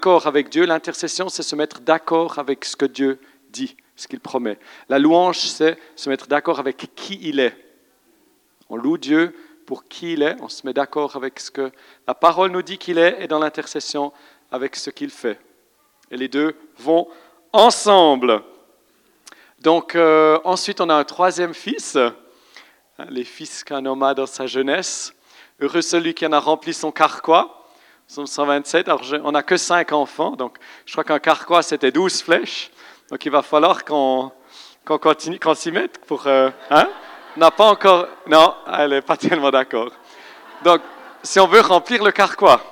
d'accord avec Dieu. L'intercession, c'est se mettre d'accord avec ce que Dieu dit, ce qu'il promet. La louange, c'est se mettre d'accord avec qui il est. On loue Dieu pour qui il est, on se met d'accord avec ce que la parole nous dit qu'il est et dans l'intercession avec ce qu'il fait. Et les deux vont ensemble. Donc ensuite, on a un troisième fils, les fils qu'un homme a dans sa jeunesse. Heureux celui qui en a rempli son carquois. Psaume 127, alors on n'a que 5 enfants, donc je crois qu'un carquois c'était 12 flèches. Donc il va falloir qu'on continue, qu'on s'y mette pour... On n'a pas encore... Non, elle n'est pas tellement d'accord. Donc, si on veut remplir le carquois.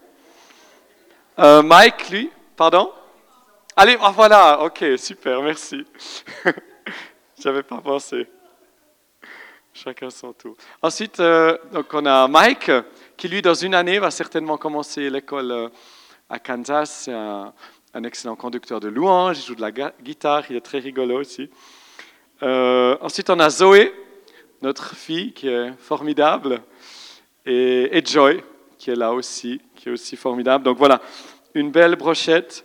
Mike, lui, pardon? Allez, voilà, ok, super, merci. J'avais pas pensé. Chacun son tour. Ensuite, donc on a Mike, qui lui, dans une année, va certainement commencer l'école à Kansas. C'est un excellent conducteur de louange, il joue de la guitare, il est très rigolo aussi. Ensuite, on a Zoé, notre fille, qui est formidable, et Joy, qui est là aussi, qui est aussi formidable. Donc voilà, une belle brochette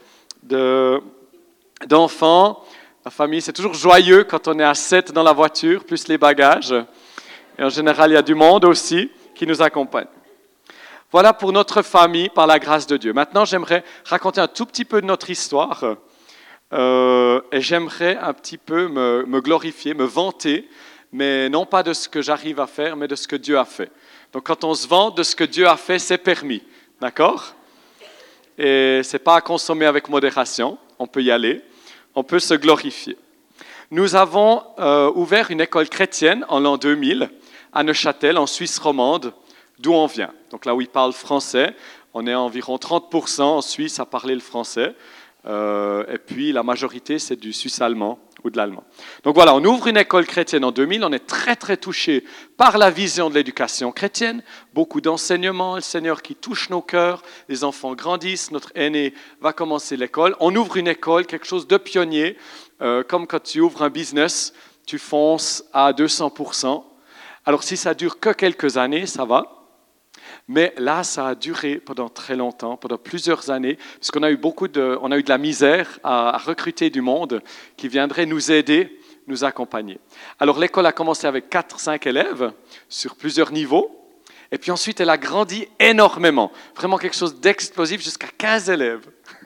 d'enfants. La famille, c'est toujours joyeux quand on est à 7 dans la voiture, plus les bagages. Et en général, il y a du monde aussi qui nous accompagne. Voilà pour notre famille, par la grâce de Dieu. Maintenant, j'aimerais raconter un tout petit peu de notre histoire. Et j'aimerais un petit peu me glorifier, me vanter, mais non pas de ce que j'arrive à faire, mais de ce que Dieu a fait. Donc quand on se vante de ce que Dieu a fait, c'est permis. D'accord? Et ce n'est pas à consommer avec modération. On peut y aller. On peut se glorifier. Nous avons ouvert une école chrétienne en l'an 2000 à Neuchâtel, en Suisse romande, d'où on vient. Donc là où ils parlent français, on est à environ 30% en Suisse à parler le français. Et puis la majorité, c'est du suisse-allemand ou de l'allemand. Donc voilà, on ouvre une école chrétienne en 2000. On est très, très touché par la vision de l'éducation chrétienne. Beaucoup d'enseignements, le Seigneur qui touche nos cœurs. Les enfants grandissent, notre aîné va commencer l'école. On ouvre une école, quelque chose de pionnier. Comme quand tu ouvres un business, tu fonces à 200%. Alors si ça dure que quelques années, ça va. Mais là, ça a duré pendant très longtemps, pendant plusieurs années, parce qu'on a eu on a eu de la misère à recruter du monde qui viendrait nous aider, nous accompagner. Alors l'école a commencé avec 4-5 élèves sur plusieurs niveaux, et puis ensuite elle a grandi énormément, vraiment quelque chose d'explosif, jusqu'à 15 élèves.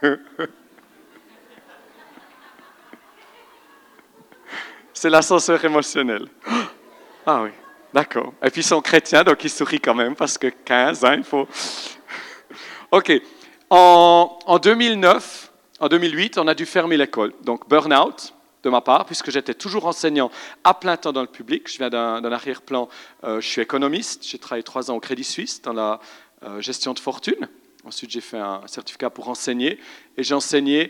C'est l'ascenseur émotionnel. Ah oui. D'accord. Et puis ils sont chrétiens, donc ils sourient quand même, parce que 15, il faut... OK. En 2009, en 2008, on a dû fermer l'école. Donc burn-out de ma part, puisque j'étais toujours enseignant à plein temps dans le public. Je viens d'un arrière-plan, je suis économiste. J'ai travaillé 3 ans au Crédit Suisse dans la gestion de fortune. Ensuite, j'ai fait un certificat pour enseigner. Et j'ai enseigné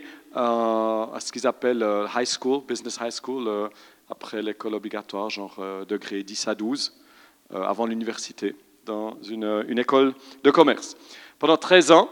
à ce qu'ils appellent high school, business high school, après l'école obligatoire, genre degré 10 à 12, avant l'université, dans une école de commerce. Pendant 13 ans,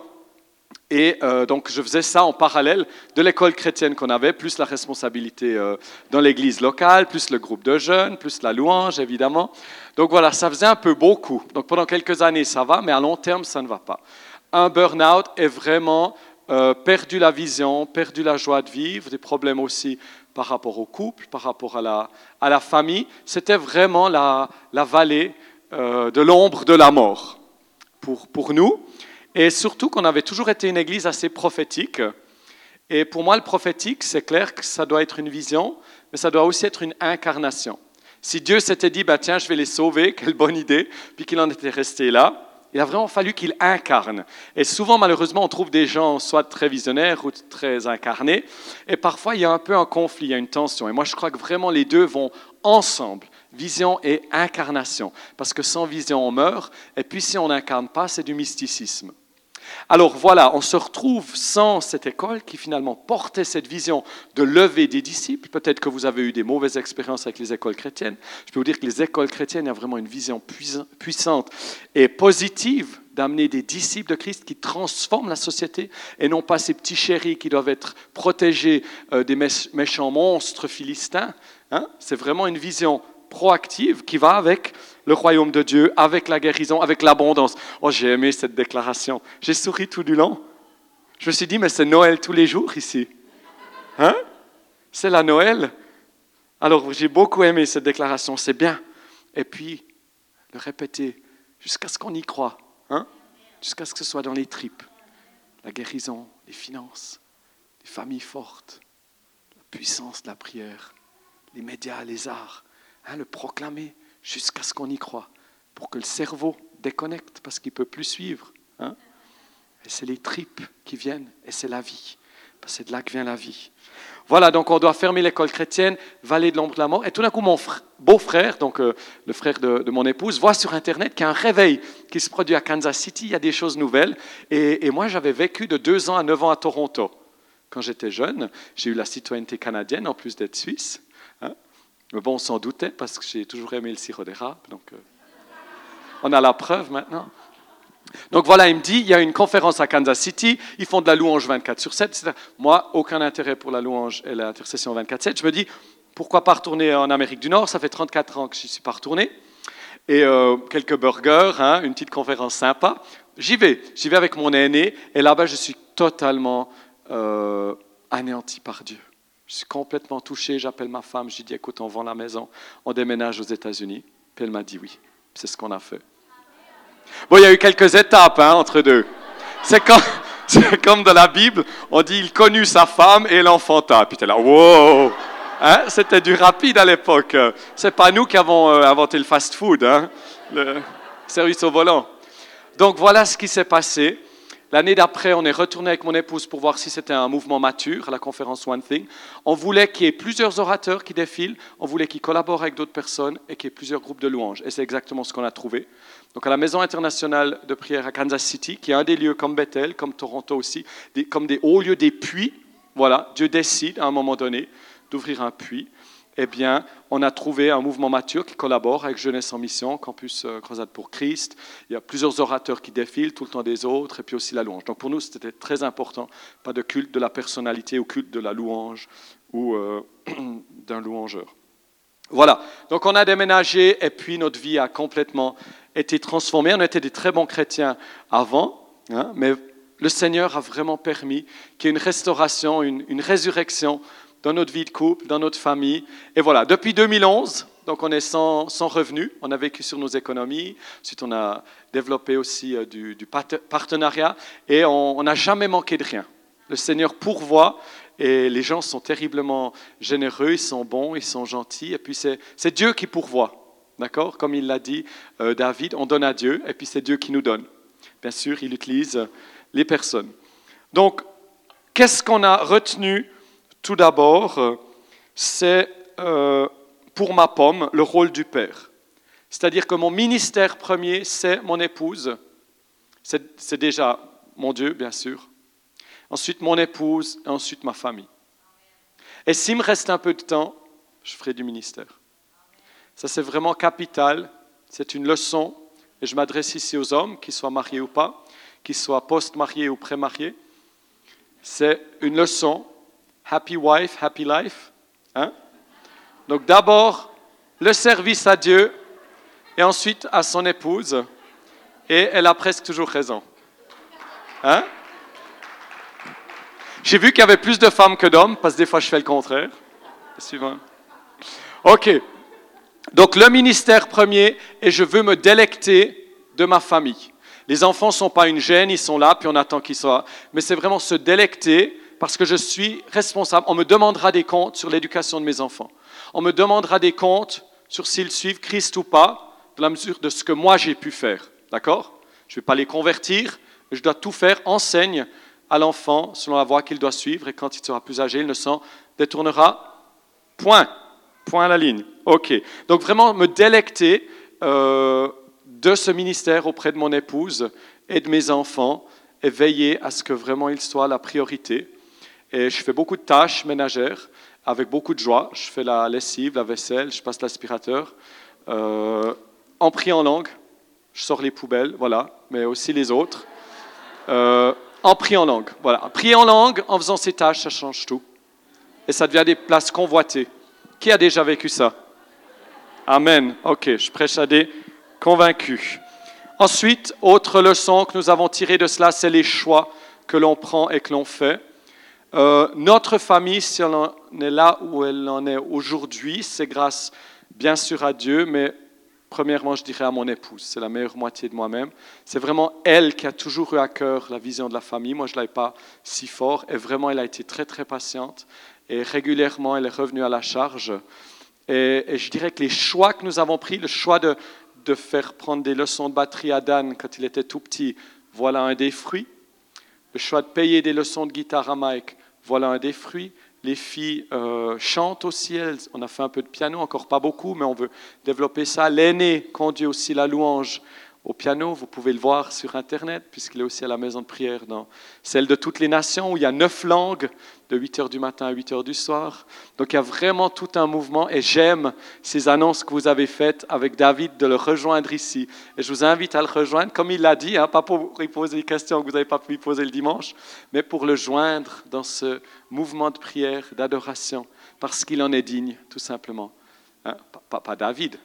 et donc je faisais ça en parallèle de l'école chrétienne qu'on avait, plus la responsabilité dans l'église locale, plus le groupe de jeunes, plus la louange, évidemment. Donc voilà, ça faisait un peu beaucoup. Donc pendant quelques années, ça va, mais à long terme, ça ne va pas. Un burn-out est vraiment perdu la vision, perdu la joie de vivre, des problèmes aussi par rapport au couple, par rapport à la famille. C'était vraiment la vallée de l'ombre de la mort pour nous. Et surtout qu'on avait toujours été une église assez prophétique. Et pour moi, le prophétique, c'est clair que ça doit être une vision, mais ça doit aussi être une incarnation. Si Dieu s'était dit, bah, tiens, je vais les sauver, quelle bonne idée, puis qu'il en était resté là, il a vraiment fallu qu'il incarne. Et souvent, malheureusement, on trouve des gens soit très visionnaires ou très incarnés. Et parfois, il y a un peu un conflit, il y a une tension. Et moi, je crois que vraiment les deux vont ensemble, vision et incarnation. Parce que sans vision, on meurt. Et puis, si on n'incarne pas, c'est du mysticisme. Alors voilà, on se retrouve sans cette école qui finalement portait cette vision de lever des disciples. Peut-être que vous avez eu des mauvaises expériences avec les écoles chrétiennes. Je peux vous dire que les écoles chrétiennes, il y a vraiment une vision puissante et positive d'amener des disciples de Christ qui transforment la société et non pas ces petits chéris qui doivent être protégés des méchants monstres philistins. C'est vraiment une vision proactive qui va avec le royaume de Dieu, avec la guérison, avec l'abondance. Oh, j'ai aimé cette déclaration. J'ai souri tout du long. Je me suis dit, mais c'est Noël tous les jours ici. Hein? C'est la Noël. Alors, j'ai beaucoup aimé cette déclaration, c'est bien. Et puis, le répéter jusqu'à ce qu'on y croit. Hein? Jusqu'à ce que ce soit dans les tripes. La guérison, les finances, les familles fortes, la puissance de la prière, les médias, les arts. Hein, le proclamer jusqu'à ce qu'on y croit. Pour que le cerveau déconnecte parce qu'il ne peut plus suivre. Hein? Et c'est les tripes qui viennent et c'est la vie. Parce que c'est de là que vient la vie. Voilà, donc on doit fermer l'école chrétienne, vallée de l'ombre de la mort. Et tout d'un coup, mon beau-frère, donc le frère de mon épouse, voit sur Internet qu'il y a un réveil qui se produit à Kansas City. Il y a des choses nouvelles. Et moi, j'avais vécu de 2 ans à 9 ans à Toronto. Quand j'étais jeune, j'ai eu la citoyenneté canadienne en plus d'être suisse. Hein? Mais bon, on s'en doutait parce que j'ai toujours aimé le sirop d'érable. Donc, on a la preuve maintenant. Donc voilà, il me dit, il y a une conférence à Kansas City, ils font de la louange 24/7. Etc. Moi, aucun intérêt pour la louange et l'intercession 24/7. Je me dis, pourquoi pas retourner en Amérique du Nord? Ça fait 34 ans que je n'y suis pas retourné. Et quelques burgers, hein, une petite conférence sympa. J'y vais avec mon aîné. Et là-bas, je suis totalement anéanti par Dieu. Je suis complètement touché. J'appelle ma femme, je lui dis, écoute, on vend la maison, on déménage aux États-Unis. Puis elle m'a dit oui. C'est ce qu'on a fait. Bon, il y a eu quelques étapes entre deux. C'est comme dans la Bible, on dit il connut sa femme et l'enfanta. Puis t'es là, wow, hein, c'était du rapide à l'époque. C'est pas nous qui avons inventé le fast-food, hein, le service au volant. Donc voilà ce qui s'est passé. L'année d'après, on est retourné avec mon épouse pour voir si c'était un mouvement mature à la conférence One Thing. On voulait qu'il y ait plusieurs orateurs qui défilent, on voulait qu'ils collaborent avec d'autres personnes et qu'il y ait plusieurs groupes de louanges. Et c'est exactement ce qu'on a trouvé. Donc à la Maison internationale de prière à Kansas City, qui est un des lieux comme Bethel, comme Toronto aussi, comme des hauts lieux, des puits, voilà, Dieu décide à un moment donné d'ouvrir un puits. Eh bien, on a trouvé un mouvement mature qui collabore avec Jeunesse en Mission, Campus Croisade pour Christ. Il y a plusieurs orateurs qui défilent tout le temps des autres, et puis aussi la louange. Donc pour nous, c'était très important, pas de culte de la personnalité ou culte de la louange ou d'un louangeur. Voilà, donc on a déménagé, et puis notre vie a complètement été transformée. On était des très bons chrétiens avant, hein, mais le Seigneur a vraiment permis qu'il y ait une restauration, une résurrection dans notre vie de couple, dans notre famille. Et voilà, depuis 2011, donc on est sans revenus, on a vécu sur nos économies, ensuite on a développé aussi du partenariat, et on n'a jamais manqué de rien. Le Seigneur pourvoit, et les gens sont terriblement généreux, ils sont bons, ils sont gentils, et puis c'est Dieu qui pourvoit, d'accord? Comme il l'a dit David, on donne à Dieu, et puis c'est Dieu qui nous donne. Bien sûr, il utilise les personnes. Donc, qu'est-ce qu'on a retenu? Tout d'abord, c'est pour ma pomme le rôle du père. C'est-à-dire que mon ministère premier, c'est mon épouse. C'est déjà mon Dieu, bien sûr. Ensuite, mon épouse et ensuite ma famille. Et s'il me reste un peu de temps, je ferai du ministère. Ça, c'est vraiment capital. C'est une leçon. Et je m'adresse ici aux hommes, qu'ils soient mariés ou pas, qu'ils soient post-mariés ou pré-mariés. C'est une leçon. Happy wife, happy life. Hein? Donc d'abord, le service à Dieu et ensuite à son épouse. Et elle a presque toujours raison. Hein? J'ai vu qu'il y avait plus de femmes que d'hommes, parce que des fois je fais le contraire. Suivant. Ok. Donc le ministère premier, et je veux me délecter de ma famille. Les enfants ne sont pas une gêne, ils sont là, puis on attend qu'ils soient. Mais c'est vraiment se délecter, parce que je suis responsable. On me demandera des comptes sur l'éducation de mes enfants. On me demandera des comptes sur s'ils suivent Christ ou pas, dans la mesure de ce que moi j'ai pu faire. D'accord? Je ne vais pas les convertir, mais je dois tout faire. Enseigne à l'enfant selon la voie qu'il doit suivre, et quand il sera plus âgé, il ne s'en détournera. Point. Point à la ligne. Ok. Donc vraiment me délecter de ce ministère auprès de mon épouse et de mes enfants, et veiller à ce que vraiment il soit la priorité. Et je fais beaucoup de tâches ménagères avec beaucoup de joie. Je fais la lessive, la vaisselle, je passe l'aspirateur. En priant en langue, je sors les poubelles, voilà, mais aussi les autres. En priant en langue, voilà. Prier en langue, en faisant ces tâches, ça change tout. Et ça devient des places convoitées. Qui a déjà vécu ça? Amen. Ok, je prêche à des convaincus. Ensuite, autre leçon que nous avons tirée de cela, c'est les choix que l'on prend et que l'on fait. Notre famille, si elle en est là où elle en est aujourd'hui, c'est grâce bien sûr à Dieu, mais premièrement, je dirais à mon épouse. C'est la meilleure moitié de moi-même. C'est vraiment elle qui a toujours eu à cœur la vision de la famille. Moi, je ne l'avais pas si fort. Et vraiment, elle a été très, très patiente. Et régulièrement, elle est revenue à la charge. Et je dirais que les choix que nous avons pris, le choix de faire prendre des leçons de batterie à Dan quand il était tout petit, voilà un des fruits. Le choix de payer des leçons de guitare à Mike, voilà un des fruits. Les filles chantent aussi, on a fait un peu de piano, encore pas beaucoup, mais on veut développer ça. L'aîné conduit aussi la louange au piano, vous pouvez le voir sur Internet, puisqu'il est aussi à la maison de prière dans celle de toutes les nations, où il y a 9 langues, de 8h du matin à 8h du soir. Donc il y a vraiment tout un mouvement, et j'aime ces annonces que vous avez faites avec David, de le rejoindre ici. Et je vous invite à le rejoindre, comme il l'a dit, pas pour lui poser des questions que vous n'avez pas pu lui poser le dimanche, mais pour le joindre dans ce mouvement de prière, d'adoration, parce qu'il en est digne, tout simplement. Pas David,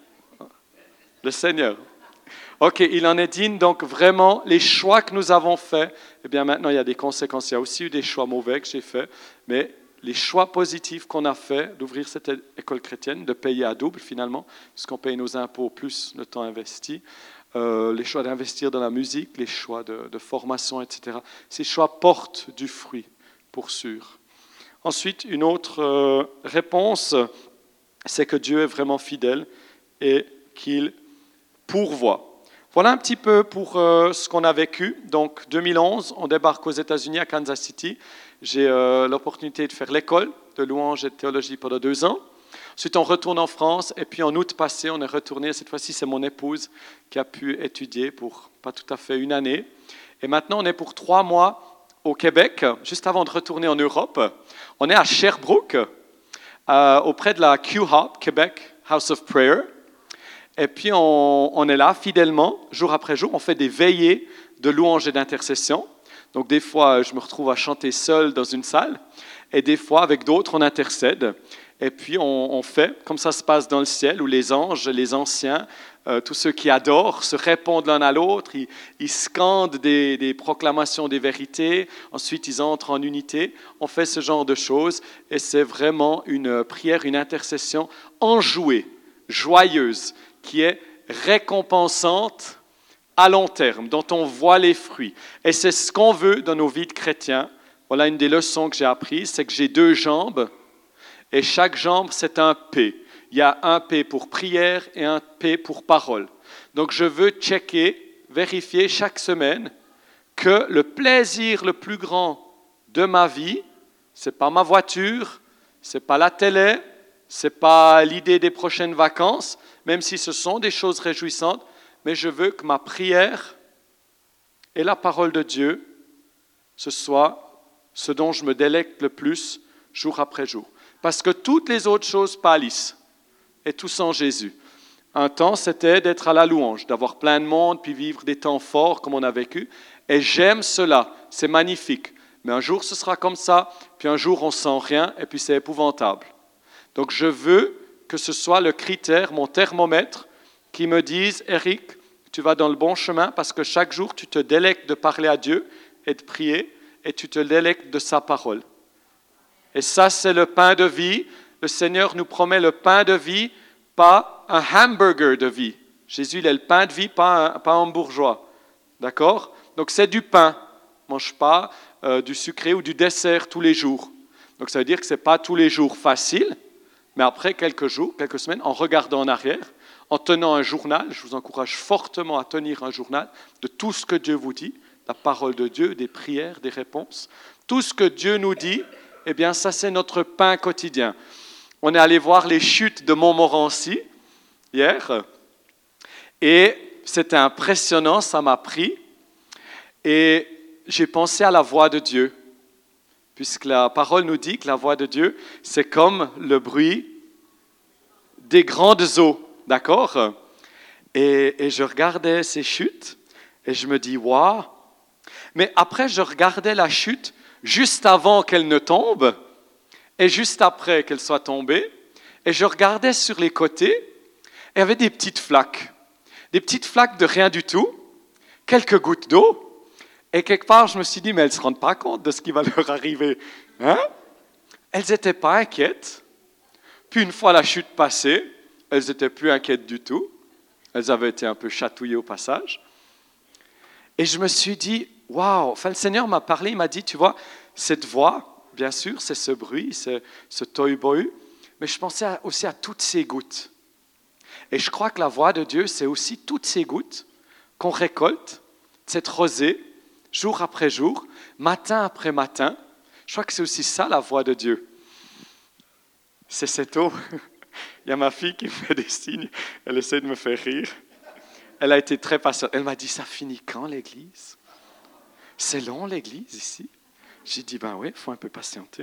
le Seigneur. Ok, il en est digne, donc vraiment, les choix que nous avons faits, eh bien maintenant il y a des conséquences, il y a aussi eu des choix mauvais que j'ai faits, mais les choix positifs qu'on a faits, d'ouvrir cette école chrétienne, de payer à double finalement, puisqu'on paye nos impôts plus le temps investi, les choix d'investir dans la musique, les choix de formation, etc. Ces choix portent du fruit, pour sûr. Ensuite, une autre réponse, c'est que Dieu est vraiment fidèle et qu'il pourvoit. Voilà un petit peu pour ce qu'on a vécu. Donc 2011, on débarque aux États-Unis à Kansas City. J'ai l'opportunité de faire l'école de louange et de théologie pendant 2 ans. Ensuite, on retourne en France et puis en août passé, on est retourné. Cette fois-ci, c'est mon épouse qui a pu étudier pour pas tout à fait 1 année. Et maintenant, on est pour 3 mois au Québec, juste avant de retourner en Europe. On est à Sherbrooke, auprès de la Q-Hop, Québec House of Prayer. Et puis, on est là fidèlement, jour après jour. On fait des veillées de louange et d'intercession. Donc, des fois, je me retrouve à chanter seul dans une salle. Et des fois, avec d'autres, on intercède. Et puis, on fait, comme ça se passe dans le ciel, où les anges, les anciens, tous ceux qui adorent, se répondent l'un à l'autre. Ils scandent des proclamations des vérités. Ensuite, ils entrent en unité. On fait ce genre de choses. Et c'est vraiment une prière, une intercession enjouée, joyeuse, qui est récompensante à long terme, dont on voit les fruits. Et c'est ce qu'on veut dans nos vies de chrétiens. Voilà une des leçons que j'ai apprises, c'est que j'ai 2 jambes, et chaque jambe, c'est un P. Il y a un P pour prière et un P pour parole. Donc je veux checker, vérifier chaque semaine que le plaisir le plus grand de ma vie, ce n'est pas ma voiture, ce n'est pas la télé, ce n'est pas l'idée des prochaines vacances, même si ce sont des choses réjouissantes, mais je veux que ma prière et la parole de Dieu, ce soit ce dont je me délecte le plus jour après jour. Parce que toutes les autres choses pâlissent, et tout sans Jésus. Un temps, c'était d'être à la louange, d'avoir plein de monde, puis vivre des temps forts comme on a vécu. Et j'aime cela, c'est magnifique. Mais un jour, ce sera comme ça, puis un jour, on sent rien, et puis c'est épouvantable. Donc je veux que ce soit le critère, mon thermomètre, qui me dise « Eric, tu vas dans le bon chemin parce que chaque jour, tu te délectes de parler à Dieu et de prier et tu te délectes de sa parole. » Et ça, c'est le pain de vie. Le Seigneur nous promet le pain de vie, pas un hamburger de vie. Jésus, il est le pain de vie, pas un bourgeois. D'accord ? Donc c'est du pain. On ne mange pas du sucré ou du dessert tous les jours. Donc ça veut dire que ce n'est pas tous les jours facile. Mais après quelques jours, quelques semaines, en regardant en arrière, en tenant un journal, je vous encourage fortement à tenir un journal de tout ce que Dieu vous dit, la parole de Dieu, des prières, des réponses. Tout ce que Dieu nous dit, eh bien ça c'est notre pain quotidien. On est allé voir les chutes de Montmorency hier et c'était impressionnant, ça m'a pris. Et j'ai pensé à la voix de Dieu. Puisque la parole nous dit que la voix de Dieu, c'est comme le bruit des grandes eaux, d'accord ? Et je regardais ces chutes et je me dis, waouh ! Mais après, je regardais la chute juste avant qu'elle ne tombe et juste après qu'elle soit tombée. Et je regardais sur les côtés et il y avait des petites flaques de rien du tout, quelques gouttes d'eau. Et quelque part, je me suis dit, mais elles ne se rendent pas compte de ce qui va leur arriver. Hein? Elles n'étaient pas inquiètes. Puis une fois la chute passée, elles n'étaient plus inquiètes du tout. Elles avaient été un peu chatouillées au passage. Et je me suis dit, waouh, enfin le Seigneur m'a parlé, il m'a dit, tu vois, cette voix, bien sûr, c'est ce bruit, c'est ce tohu-bohu, mais je pensais aussi à toutes ces gouttes. Et je crois que la voix de Dieu, c'est aussi toutes ces gouttes qu'on récolte, cette rosée, jour après jour, matin après matin. Je crois que c'est aussi ça, la voix de Dieu. C'est cette eau. Il y a ma fille qui me fait des signes, elle essaie de me faire rire. Elle a été très patiente. Elle m'a dit, ça finit quand l'église? C'est long l'église ici? J'ai dit, ben oui, il faut un peu patienter.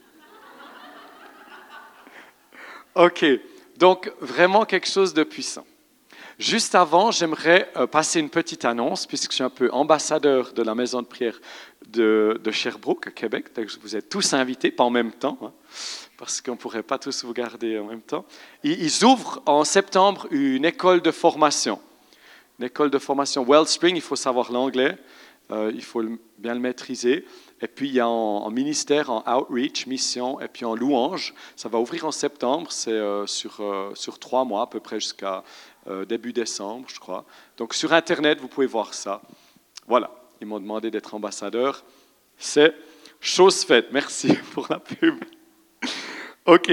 Ok, donc vraiment quelque chose de puissant. Juste avant, j'aimerais passer une petite annonce, puisque je suis un peu ambassadeur de la maison de prière de Sherbrooke, à Québec. Donc vous êtes tous invités, pas en même temps, hein, parce qu'on ne pourrait pas tous vous garder en même temps. Ils ouvrent en septembre une école de formation. Une école de formation Wellspring, il faut savoir l'anglais, il faut bien le maîtriser. Et puis il y a en ministère, en outreach, mission, et puis en louange. Ça va ouvrir en septembre, c'est sur 3 mois à peu près jusqu'à début décembre, je crois. Donc sur Internet, vous pouvez voir ça. Voilà, ils m'ont demandé d'être ambassadeur. C'est chose faite. Merci pour la pub. Ok.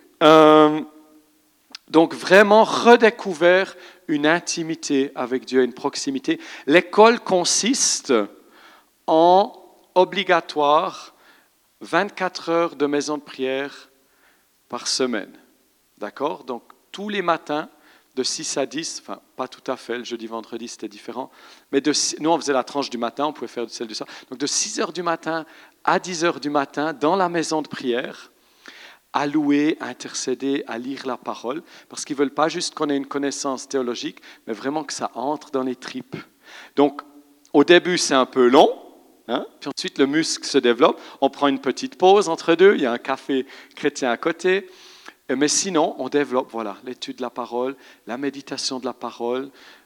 Donc vraiment redécouvert une intimité avec Dieu, une proximité. L'école consiste en obligatoire 24 heures de maison de prière par semaine. D'accord? Donc tous les matins, de 6 à 10, enfin pas tout à fait, le jeudi, vendredi c'était différent, mais nous on faisait la tranche du matin, on pouvait faire celle du soir. Donc de 6 heures du matin à 10 heures du matin, dans la maison de prière, à louer, à intercéder, à lire la parole, parce qu'ils ne veulent pas juste qu'on ait une connaissance théologique, mais vraiment que ça entre dans les tripes. Donc, au début, c'est un peu long, hein, puis ensuite, le muscle se développe. On prend une petite pause entre deux, il y a un café chrétien à côté, mais sinon, on développe voilà, l'étude de la parole, la méditation de la parole,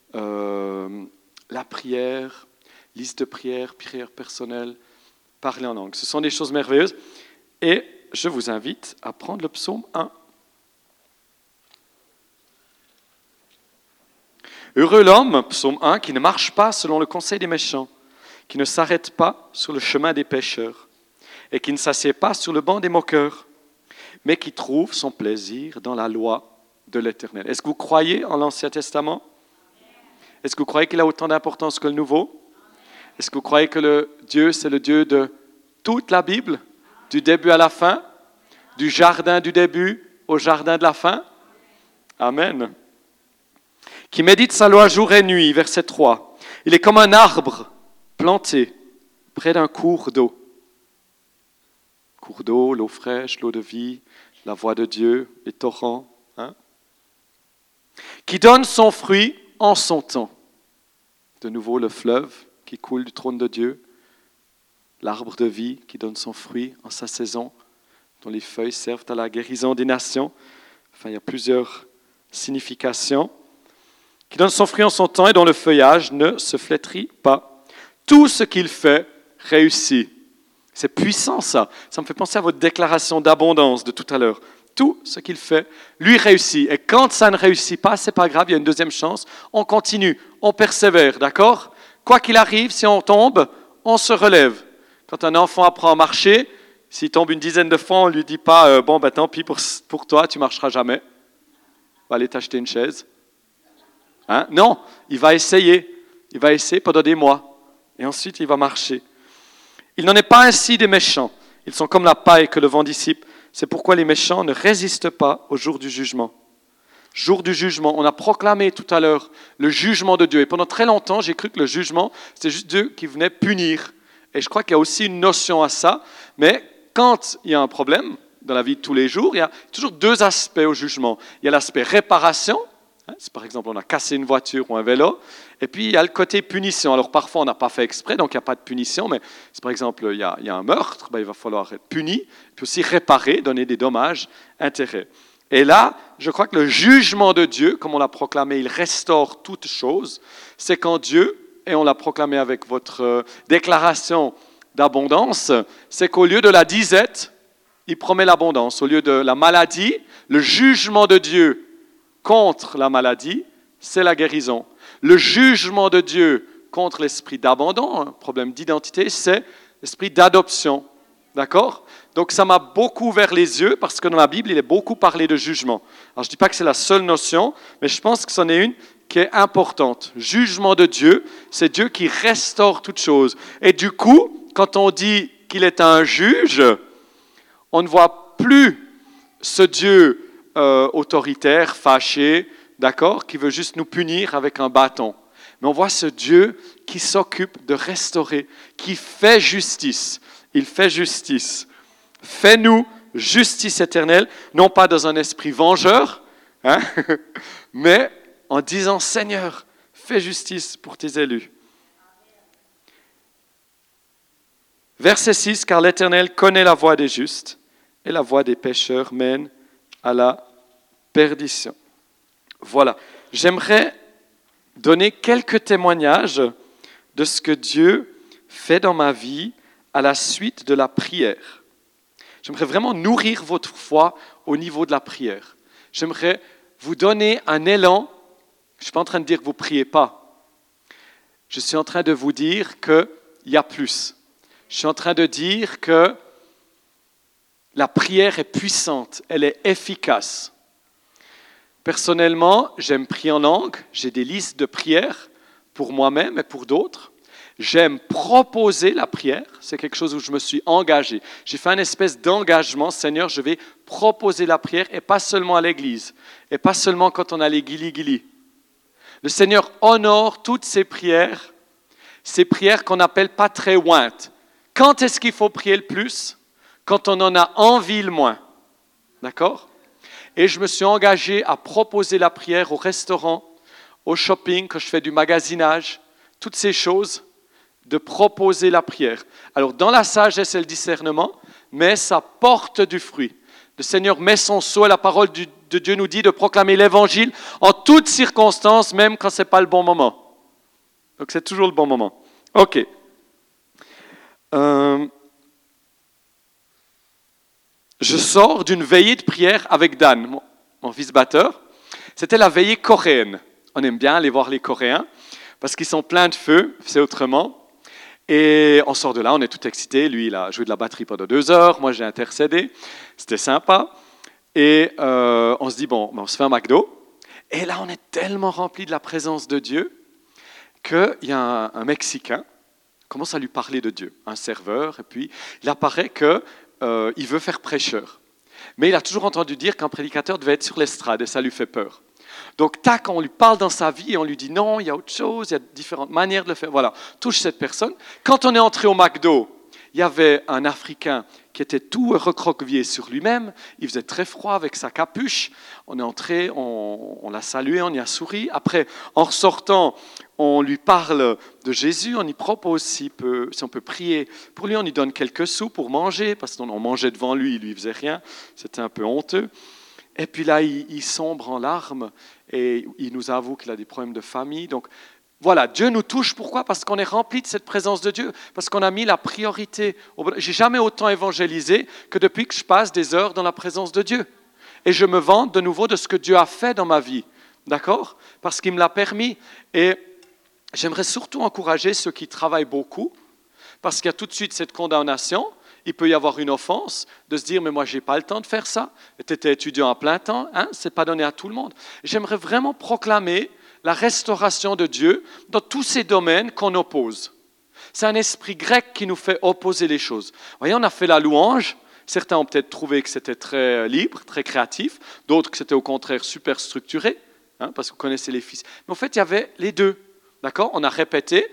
la prière, liste de prières, prière personnelle, parler en langue. Ce sont des choses merveilleuses. Et je vous invite à prendre le psaume 1. Heureux l'homme, psaume 1, qui ne marche pas selon le conseil des méchants, qui ne s'arrête pas sur le chemin des pécheurs, et qui ne s'assied pas sur le banc des moqueurs, mais qui trouve son plaisir dans la loi de l'Éternel. Est-ce que vous croyez en l'Ancien Testament? Est-ce que vous croyez qu'il a autant d'importance que le Nouveau? Est-ce que vous croyez que Dieu, c'est le Dieu de toute la Bible? Du début à la fin, du jardin du début au jardin de la fin. Amen. Qui médite sa loi jour et nuit, verset 3. Il est comme un arbre planté près d'un cours d'eau. Cours d'eau, l'eau fraîche, l'eau de vie, la voix de Dieu, les torrents. Hein? Qui donne son fruit en son temps. De nouveau, le fleuve qui coule du trône de Dieu. L'arbre de vie qui donne son fruit en sa saison, dont les feuilles servent à la guérison des nations. Enfin, il y a plusieurs significations. Qui donne son fruit en son temps et dont le feuillage ne se flétrit pas. Tout ce qu'il fait réussit. C'est puissant ça. Ça me fait penser à votre déclaration d'abondance de tout à l'heure. Tout ce qu'il fait, lui réussit. Et quand ça ne réussit pas, c'est pas grave, il y a une deuxième chance. On continue, on persévère, d'accord? Quoi qu'il arrive, si on tombe, on se relève. Quand un enfant apprend à marcher, s'il tombe une dizaine de fois, on ne lui dit pas bon, ben, tant pis pour toi, tu ne marcheras jamais. Va aller t'acheter une chaise. Hein? Non, il va essayer. Il va essayer pendant des mois. Et ensuite, il va marcher. Il n'en est pas ainsi des méchants. Ils sont comme la paille que le vent dissipe. C'est pourquoi les méchants ne résistent pas au jour du jugement. Jour du jugement, on a proclamé tout à l'heure le jugement de Dieu. Et pendant très longtemps, j'ai cru que le jugement, c'était juste Dieu qui venait punir. Et je crois qu'il y a aussi une notion à ça. Mais quand il y a un problème dans la vie de tous les jours, il y a toujours 2 aspects au jugement. Il y a l'aspect réparation. Si par exemple on a cassé une voiture ou un vélo. Et puis il y a le côté punition. Alors parfois on n'a pas fait exprès, donc il n'y a pas de punition. Mais si par exemple il y a un meurtre, ben, il va falloir être puni. Puis aussi réparer, donner des dommages, intérêts. Et là, je crois que le jugement de Dieu, comme on l'a proclamé, il restaure toutes choses. C'est quand Dieu et on l'a proclamé avec votre déclaration d'abondance, c'est qu'au lieu de la disette, il promet l'abondance. Au lieu de la maladie, le jugement de Dieu contre la maladie, c'est la guérison. Le jugement de Dieu contre l'esprit d'abandon, un problème d'identité, c'est l'esprit d'adoption. D'accord ? Donc ça m'a beaucoup ouvert les yeux parce que dans la Bible, il est beaucoup parlé de jugement. Alors je ne dis pas que c'est la seule notion, mais je pense que c'en est une qui est importante. Jugement de Dieu, c'est Dieu qui restaure toutes choses. Et du coup, quand on dit qu'il est un juge, on ne voit plus ce Dieu autoritaire, fâché, d'accord, qui veut juste nous punir avec un bâton. Mais on voit ce Dieu qui s'occupe de restaurer, qui fait justice. Il fait justice. Fais-nous justice éternelle, non pas dans un esprit vengeur, hein, mais en disant, Seigneur, fais justice pour tes élus. Verset 6, car l'Éternel connaît la voie des justes et la voie des pécheurs mène à la perdition. Voilà, j'aimerais donner quelques témoignages de ce que Dieu fait dans ma vie à la suite de la prière. J'aimerais vraiment nourrir votre foi au niveau de la prière. J'aimerais vous donner un élan. Je ne suis pas en train de dire que vous ne priez pas. Je suis en train de vous dire qu'il y a plus. Je suis en train de dire que la prière est puissante, elle est efficace. Personnellement, j'aime prier en langue. J'ai des listes de prières pour moi-même et pour d'autres. J'aime proposer la prière. C'est quelque chose où je me suis engagé. J'ai fait une espèce d'engagement. Seigneur, je vais proposer la prière et pas seulement à l'église. Et pas seulement quand on a les guili-guili. Le Seigneur honore toutes ces prières qu'on n'appelle pas très ointes. Quand est-ce qu'il faut prier le plus ? Quand on en a envie le moins. D'accord ? Et je me suis engagé à proposer la prière au restaurant, au shopping, quand je fais du magasinage, toutes ces choses, de proposer la prière. Alors, dans la sagesse et le discernement, mais ça porte du fruit. Le Seigneur met son sceau et la parole de Dieu nous dit de proclamer l'Évangile en toutes circonstances, même quand ce n'est pas le bon moment. Donc, c'est toujours le bon moment. OK. Je sors d'une veillée de prière avec Dan, mon fils batteur. C'était la veillée coréenne. On aime bien aller voir les Coréens parce qu'ils sont pleins de feu, c'est autrement. Et on sort de là, on est tout excités. Lui, il a joué de la batterie pendant 2 heures. Moi, j'ai intercédé. C'était sympa. Et on se dit, bon, on se fait un McDo. Et là, on est tellement rempli de la présence de Dieu qu'il y a un Mexicain qui commence à lui parler de Dieu, un serveur. Et puis, il apparaît que il veut faire prêcheur. Mais il a toujours entendu dire qu'un prédicateur devait être sur l'estrade et ça lui fait peur. Donc, tac, on lui parle dans sa vie et on lui dit non, il y a autre chose, il y a différentes manières de le faire. Voilà, touche cette personne. Quand on est entré au McDo, il y avait un Africain qui était tout recroquevillé sur lui-même. Il faisait très froid avec sa capuche. On est entré, on l'a salué, on y a souri. Après, en ressortant, on lui parle de Jésus, on y propose si on peut prier. Pour lui, on lui donne quelques sous pour manger, parce qu'on mangeait devant lui, il ne lui faisait rien. C'était un peu honteux. Et puis là, il sombre en larmes et il nous avoue qu'il a des problèmes de famille. Donc voilà, Dieu nous touche. Pourquoi ? Parce qu'on est rempli de cette présence de Dieu, parce qu'on a mis la priorité. J'ai jamais autant évangélisé que depuis que je passe des heures dans la présence de Dieu. Et je me vante de nouveau de ce que Dieu a fait dans ma vie. D'accord ? Parce qu'il me l'a permis. Et j'aimerais surtout encourager ceux qui travaillent beaucoup, parce qu'il y a tout de suite cette condamnation. Il peut y avoir une offense de se dire « mais moi, je n'ai pas le temps de faire ça. Tu étais étudiant à plein temps, hein? Ce n'est pas donné à tout le monde. » J'aimerais vraiment proclamer la restauration de Dieu dans tous ces domaines qu'on oppose. C'est un esprit grec qui nous fait opposer les choses. Vous voyez, on a fait la louange. Certains ont peut-être trouvé que c'était très libre, très créatif. D'autres que c'était au contraire super structuré, hein, parce que vous connaissez les fils. Mais en fait, il y avait les deux. D'accord ? On a répété,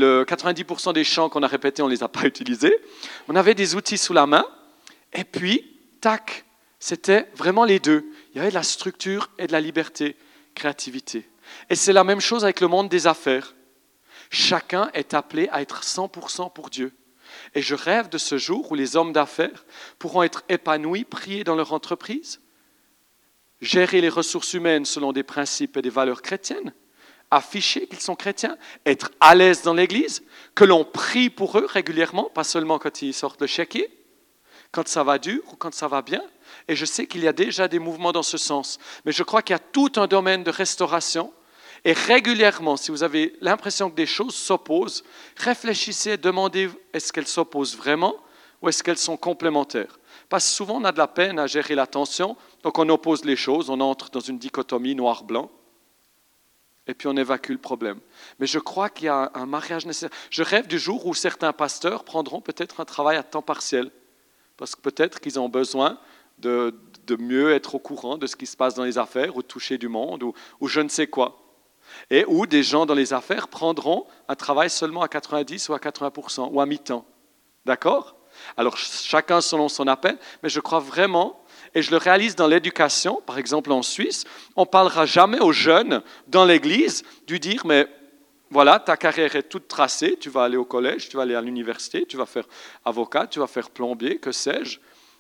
90% des chants qu'on a répétés, on ne les a pas utilisés. On avait des outils sous la main, et puis, tac, c'était vraiment les deux. Il y avait de la structure et de la liberté, créativité. Et c'est la même chose avec le monde des affaires. Chacun est appelé à être 100% pour Dieu. Et je rêve de ce jour où les hommes d'affaires pourront être épanouis, prier dans leur entreprise, gérer les ressources humaines selon des principes et des valeurs chrétiennes, afficher qu'ils sont chrétiens, être à l'aise dans l'Église, que l'on prie pour eux régulièrement, pas seulement quand ils sortent le chéquier, quand ça va dur ou quand ça va bien. Et je sais qu'il y a déjà des mouvements dans ce sens. Mais je crois qu'il y a tout un domaine de restauration. Et régulièrement, si vous avez l'impression que des choses s'opposent, réfléchissez, demandez est-ce qu'elles s'opposent vraiment ou est-ce qu'elles sont complémentaires. Parce que souvent, on a de la peine à gérer la tension, donc on oppose les choses, on entre dans une dichotomie noir-blanc, et puis on évacue le problème. Mais je crois qu'il y a un mariage nécessaire. Je rêve du jour où certains pasteurs prendront peut-être un travail à temps partiel, parce que peut-être qu'ils ont besoin de mieux être au courant de ce qui se passe dans les affaires, ou de toucher du monde, ou je ne sais quoi. Et où des gens dans les affaires prendront un travail seulement à 90 ou à 80%, ou à mi-temps. D'accord ? Alors, chacun selon son appel, mais je crois vraiment, et je le réalise dans l'éducation, par exemple en Suisse, on ne parlera jamais aux jeunes dans l'église du dire, mais voilà, ta carrière est toute tracée, tu vas aller au collège, tu vas aller à l'université, tu vas faire avocat, tu vas faire plombier, que sais-je.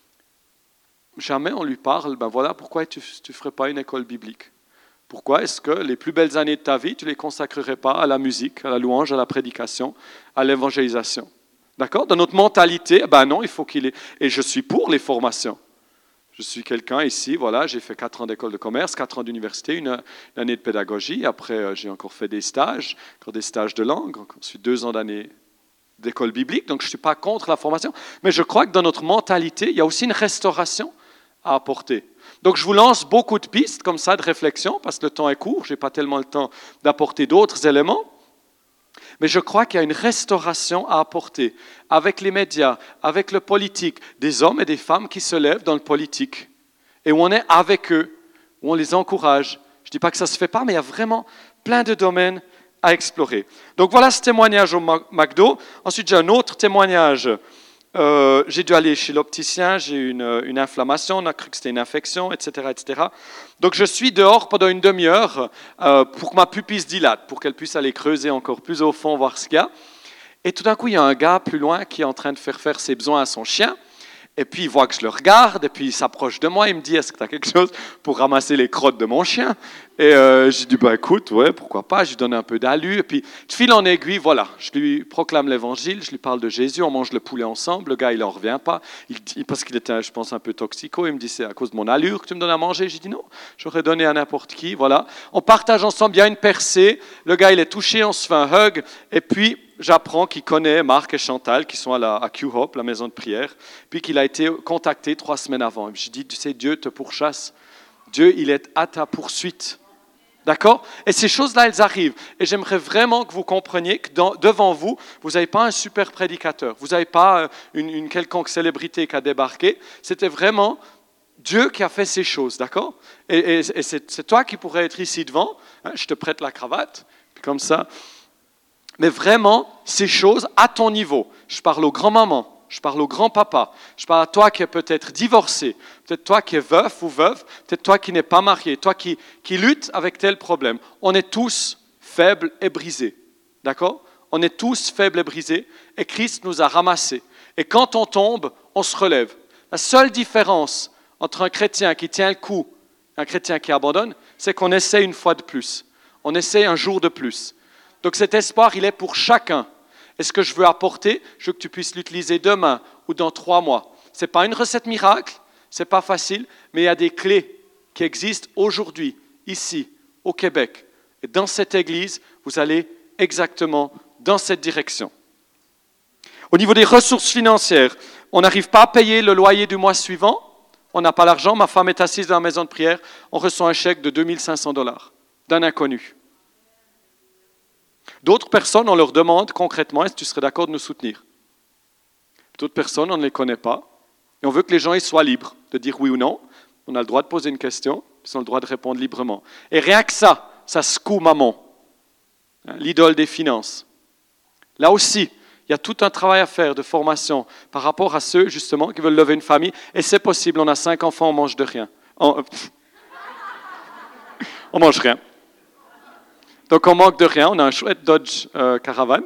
Jamais on lui parle, ben voilà, pourquoi tu ne ferais pas une école biblique ? Pourquoi est-ce que les plus belles années de ta vie, tu ne les consacrerais pas à la musique, à la louange, à la prédication, à l'évangélisation ? D'accord ? Dans notre mentalité, ben non, il faut qu'il ait... Et je suis pour les formations. Je suis quelqu'un ici, voilà, j'ai fait 4 ans d'école de commerce, 4 ans d'université, une année de pédagogie. Après, j'ai encore fait des stages, encore des stages de langue, ensuite 2 ans d'année d'école biblique. Donc, je ne suis pas contre la formation. Mais je crois que dans notre mentalité, il y a aussi une restauration à apporter. Donc, je vous lance beaucoup de pistes comme ça, de réflexion, parce que le temps est court, je n'ai pas tellement le temps d'apporter d'autres éléments. Mais je crois qu'il y a une restauration à apporter avec les médias, avec le politique, des hommes et des femmes qui se lèvent dans le politique et où on est avec eux, où on les encourage. Je ne dis pas que ça ne se fait pas, mais il y a vraiment plein de domaines à explorer. Donc voilà ce témoignage au McDo. Ensuite, j'ai un autre témoignage. J'ai dû aller chez l'opticien, j'ai eu une inflammation, on a cru que c'était une infection, etc., etc. Donc je suis dehors pendant une demi-heure pour que ma pupille se dilate, pour qu'elle puisse aller creuser encore plus au fond, voir ce qu'il y a. Et tout d'un coup, il y a un gars plus loin qui est en train de faire ses besoins à son chien. Et puis il voit que je le regarde, et puis il s'approche de moi, il me dit « Est-ce que tu as quelque chose pour ramasser les crottes de mon chien ?» Et j'ai dit « Écoute, ouais, pourquoi pas ?» Je lui donne un peu d'alu, et puis de fil en aiguille, voilà, je lui proclame l'évangile, je lui parle de Jésus, on mange le poulet ensemble, le gars il n'en revient pas, parce qu'il était, je pense, un peu toxico, il me dit « C'est à cause de mon allure que tu me donnes à manger ?» J'ai dit « Non, j'aurais donné à n'importe qui, voilà. » On partage ensemble, il y a une percée, le gars il est touché, on se fait un hug, et puis j'apprends qu'il connaît Marc et Chantal qui sont à Q-Hope, la maison de prière, puis qu'il a été contacté 3 semaines avant. Je dis, tu sais, Dieu te pourchasse. Dieu, il est à ta poursuite. D'accord ? Et ces choses-là, elles arrivent. Et j'aimerais vraiment que vous compreniez que devant vous, vous n'avez pas un super prédicateur. Vous n'avez pas une quelconque célébrité qui a débarqué. C'était vraiment Dieu qui a fait ces choses. D'accord ? Et c'est toi qui pourrais être ici devant. Hein, je te prête la cravate. Puis comme ça... Mais vraiment, ces choses à ton niveau. Je parle aux grands-mamans, je parle aux grands-papas, je parle à toi qui es peut-être divorcé, peut-être toi qui es veuf ou veuve, peut-être toi qui n'es pas marié, toi qui lutte avec tel problème. On est tous faibles et brisés. D'accord ? On est tous faibles et brisés et Christ nous a ramassés. Et quand on tombe, on se relève. La seule différence entre un chrétien qui tient le coup et un chrétien qui abandonne, c'est qu'on essaie une fois de plus. On essaie un jour de plus. Donc cet espoir, il est pour chacun. Et ce que je veux apporter, je veux que tu puisses l'utiliser demain ou dans 3 mois. Ce n'est pas une recette miracle, ce n'est pas facile, mais il y a des clés qui existent aujourd'hui, ici, au Québec. Et dans cette église, vous allez exactement dans cette direction. Au niveau des ressources financières, on n'arrive pas à payer le loyer du mois suivant, on n'a pas l'argent, ma femme est assise dans la maison de prière, on reçoit un chèque de 2 500 $ d'un inconnu. D'autres personnes, on leur demande concrètement, est-ce que tu serais d'accord de nous soutenir ? D'autres personnes, on ne les connaît pas. Et on veut que les gens ils soient libres de dire oui ou non. On a le droit de poser une question, ils ont le droit de répondre librement. Et rien que ça secoue maman, l'idole des finances. Là aussi, il y a tout un travail à faire de formation par rapport à ceux, justement, qui veulent lever une famille. Et c'est possible, on a 5 enfants, on mange de rien. On mange rien. Donc on manque de rien, on a un chouette Dodge Caravan.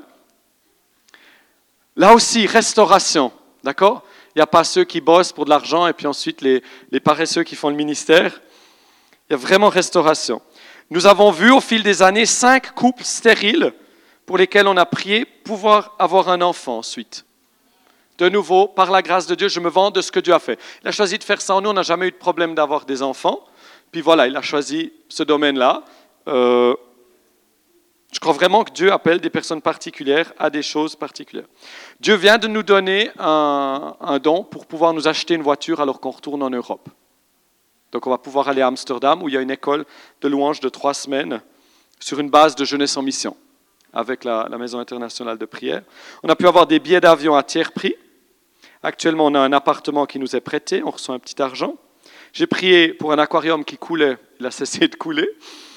Là aussi, restauration, d'accord ? Il n'y a pas ceux qui bossent pour de l'argent et puis ensuite les paresseux qui font le ministère. Il y a vraiment restauration. Nous avons vu au fil des années 5 couples stériles pour lesquels on a prié pouvoir avoir un enfant ensuite. De nouveau, par la grâce de Dieu, je me vante de ce que Dieu a fait. Il a choisi de faire ça en nous, on n'a jamais eu de problème d'avoir des enfants. Puis voilà, il a choisi ce domaine-là. Je crois vraiment que Dieu appelle des personnes particulières à des choses particulières. Dieu vient de nous donner un don pour pouvoir nous acheter une voiture alors qu'on retourne en Europe. Donc on va pouvoir aller à Amsterdam où il y a une école de louanges de 3 semaines sur une base de jeunesse en mission avec la Maison internationale de prière. On a pu avoir des billets d'avion à tiers prix. Actuellement, on a un appartement qui nous est prêté, on reçoit un petit argent. J'ai prié pour un aquarium qui coulait, il a cessé de couler.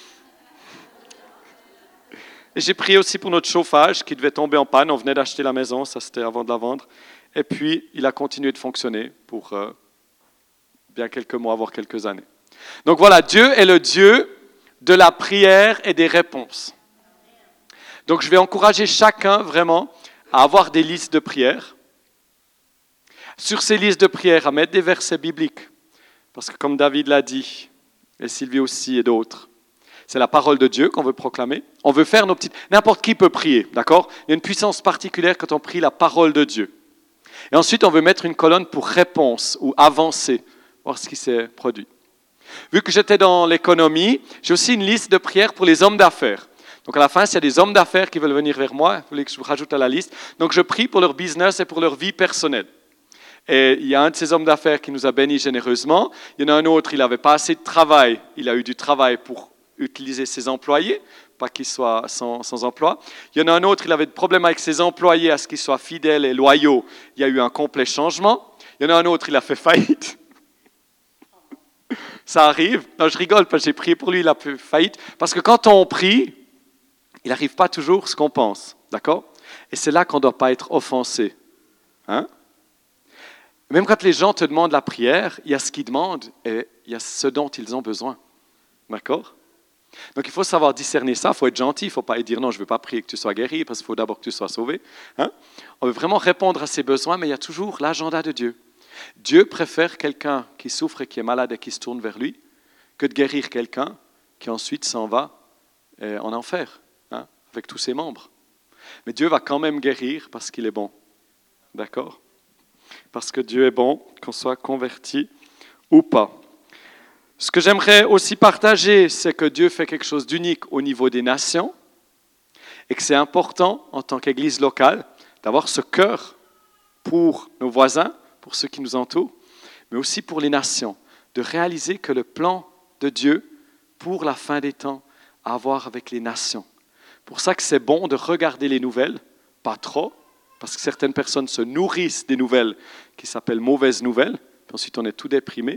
Et j'ai prié aussi pour notre chauffage qui devait tomber en panne. On venait d'acheter la maison, ça c'était avant de la vendre. Et puis, il a continué de fonctionner pour bien quelques mois, voire quelques années. Donc voilà, Dieu est le Dieu de la prière et des réponses. Donc je vais encourager chacun vraiment à avoir des listes de prières. Sur ces listes de prières, à mettre des versets bibliques. Parce que comme David l'a dit, et Sylvie aussi et d'autres, c'est la parole de Dieu qu'on veut proclamer. On veut faire nos petites... N'importe qui peut prier, d'accord? Il y a une puissance particulière quand on prie la parole de Dieu. Et ensuite, on veut mettre une colonne pour réponse ou avancer, voir ce qui s'est produit. Vu que j'étais dans l'économie, j'ai aussi une liste de prières pour les hommes d'affaires. Donc à la fin, s'il y a des hommes d'affaires qui veulent venir vers moi, vous voulez que je vous rajoute à la liste. Donc je prie pour leur business et pour leur vie personnelle. Et il y a un de ces hommes d'affaires qui nous a bénis généreusement. Il y en a un autre, il n'avait pas assez de travail. Il a eu du travail pour utiliser ses employés, pas qu'il soit sans emploi. Il y en a un autre, il avait des problèmes avec ses employés à ce qu'ils soient fidèles et loyaux. Il y a eu un complet changement. Il y en a un autre, il a fait faillite. Ça arrive. Non, je rigole parce que j'ai prié pour lui, il a fait faillite. Parce que quand on prie, il n'arrive pas toujours ce qu'on pense. D'accord? Et c'est là qu'on ne doit pas être offensé. Hein? Même quand les gens te demandent la prière, il y a ce qu'ils demandent et il y a ce dont ils ont besoin. D'accord? Donc il faut savoir discerner ça, il faut être gentil, il ne faut pas dire non, je ne veux pas prier que tu sois guéri, parce qu'il faut d'abord que tu sois sauvé. Hein? On veut vraiment répondre à ses besoins, mais il y a toujours l'agenda de Dieu. Dieu préfère quelqu'un qui souffre et qui est malade et qui se tourne vers lui, que de guérir quelqu'un qui ensuite s'en va en enfer, hein, avec tous ses membres. Mais Dieu va quand même guérir parce qu'il est bon. D'accord? Parce que Dieu est bon, qu'on soit converti ou pas. Ce que j'aimerais aussi partager, c'est que Dieu fait quelque chose d'unique au niveau des nations et que c'est important, en tant qu'Église locale, d'avoir ce cœur pour nos voisins, pour ceux qui nous entourent, mais aussi pour les nations, de réaliser que le plan de Dieu pour la fin des temps a à voir avec les nations. Pour ça que c'est bon de regarder les nouvelles, pas trop, parce que certaines personnes se nourrissent des nouvelles qui s'appellent mauvaises nouvelles, puis ensuite on est tout déprimé.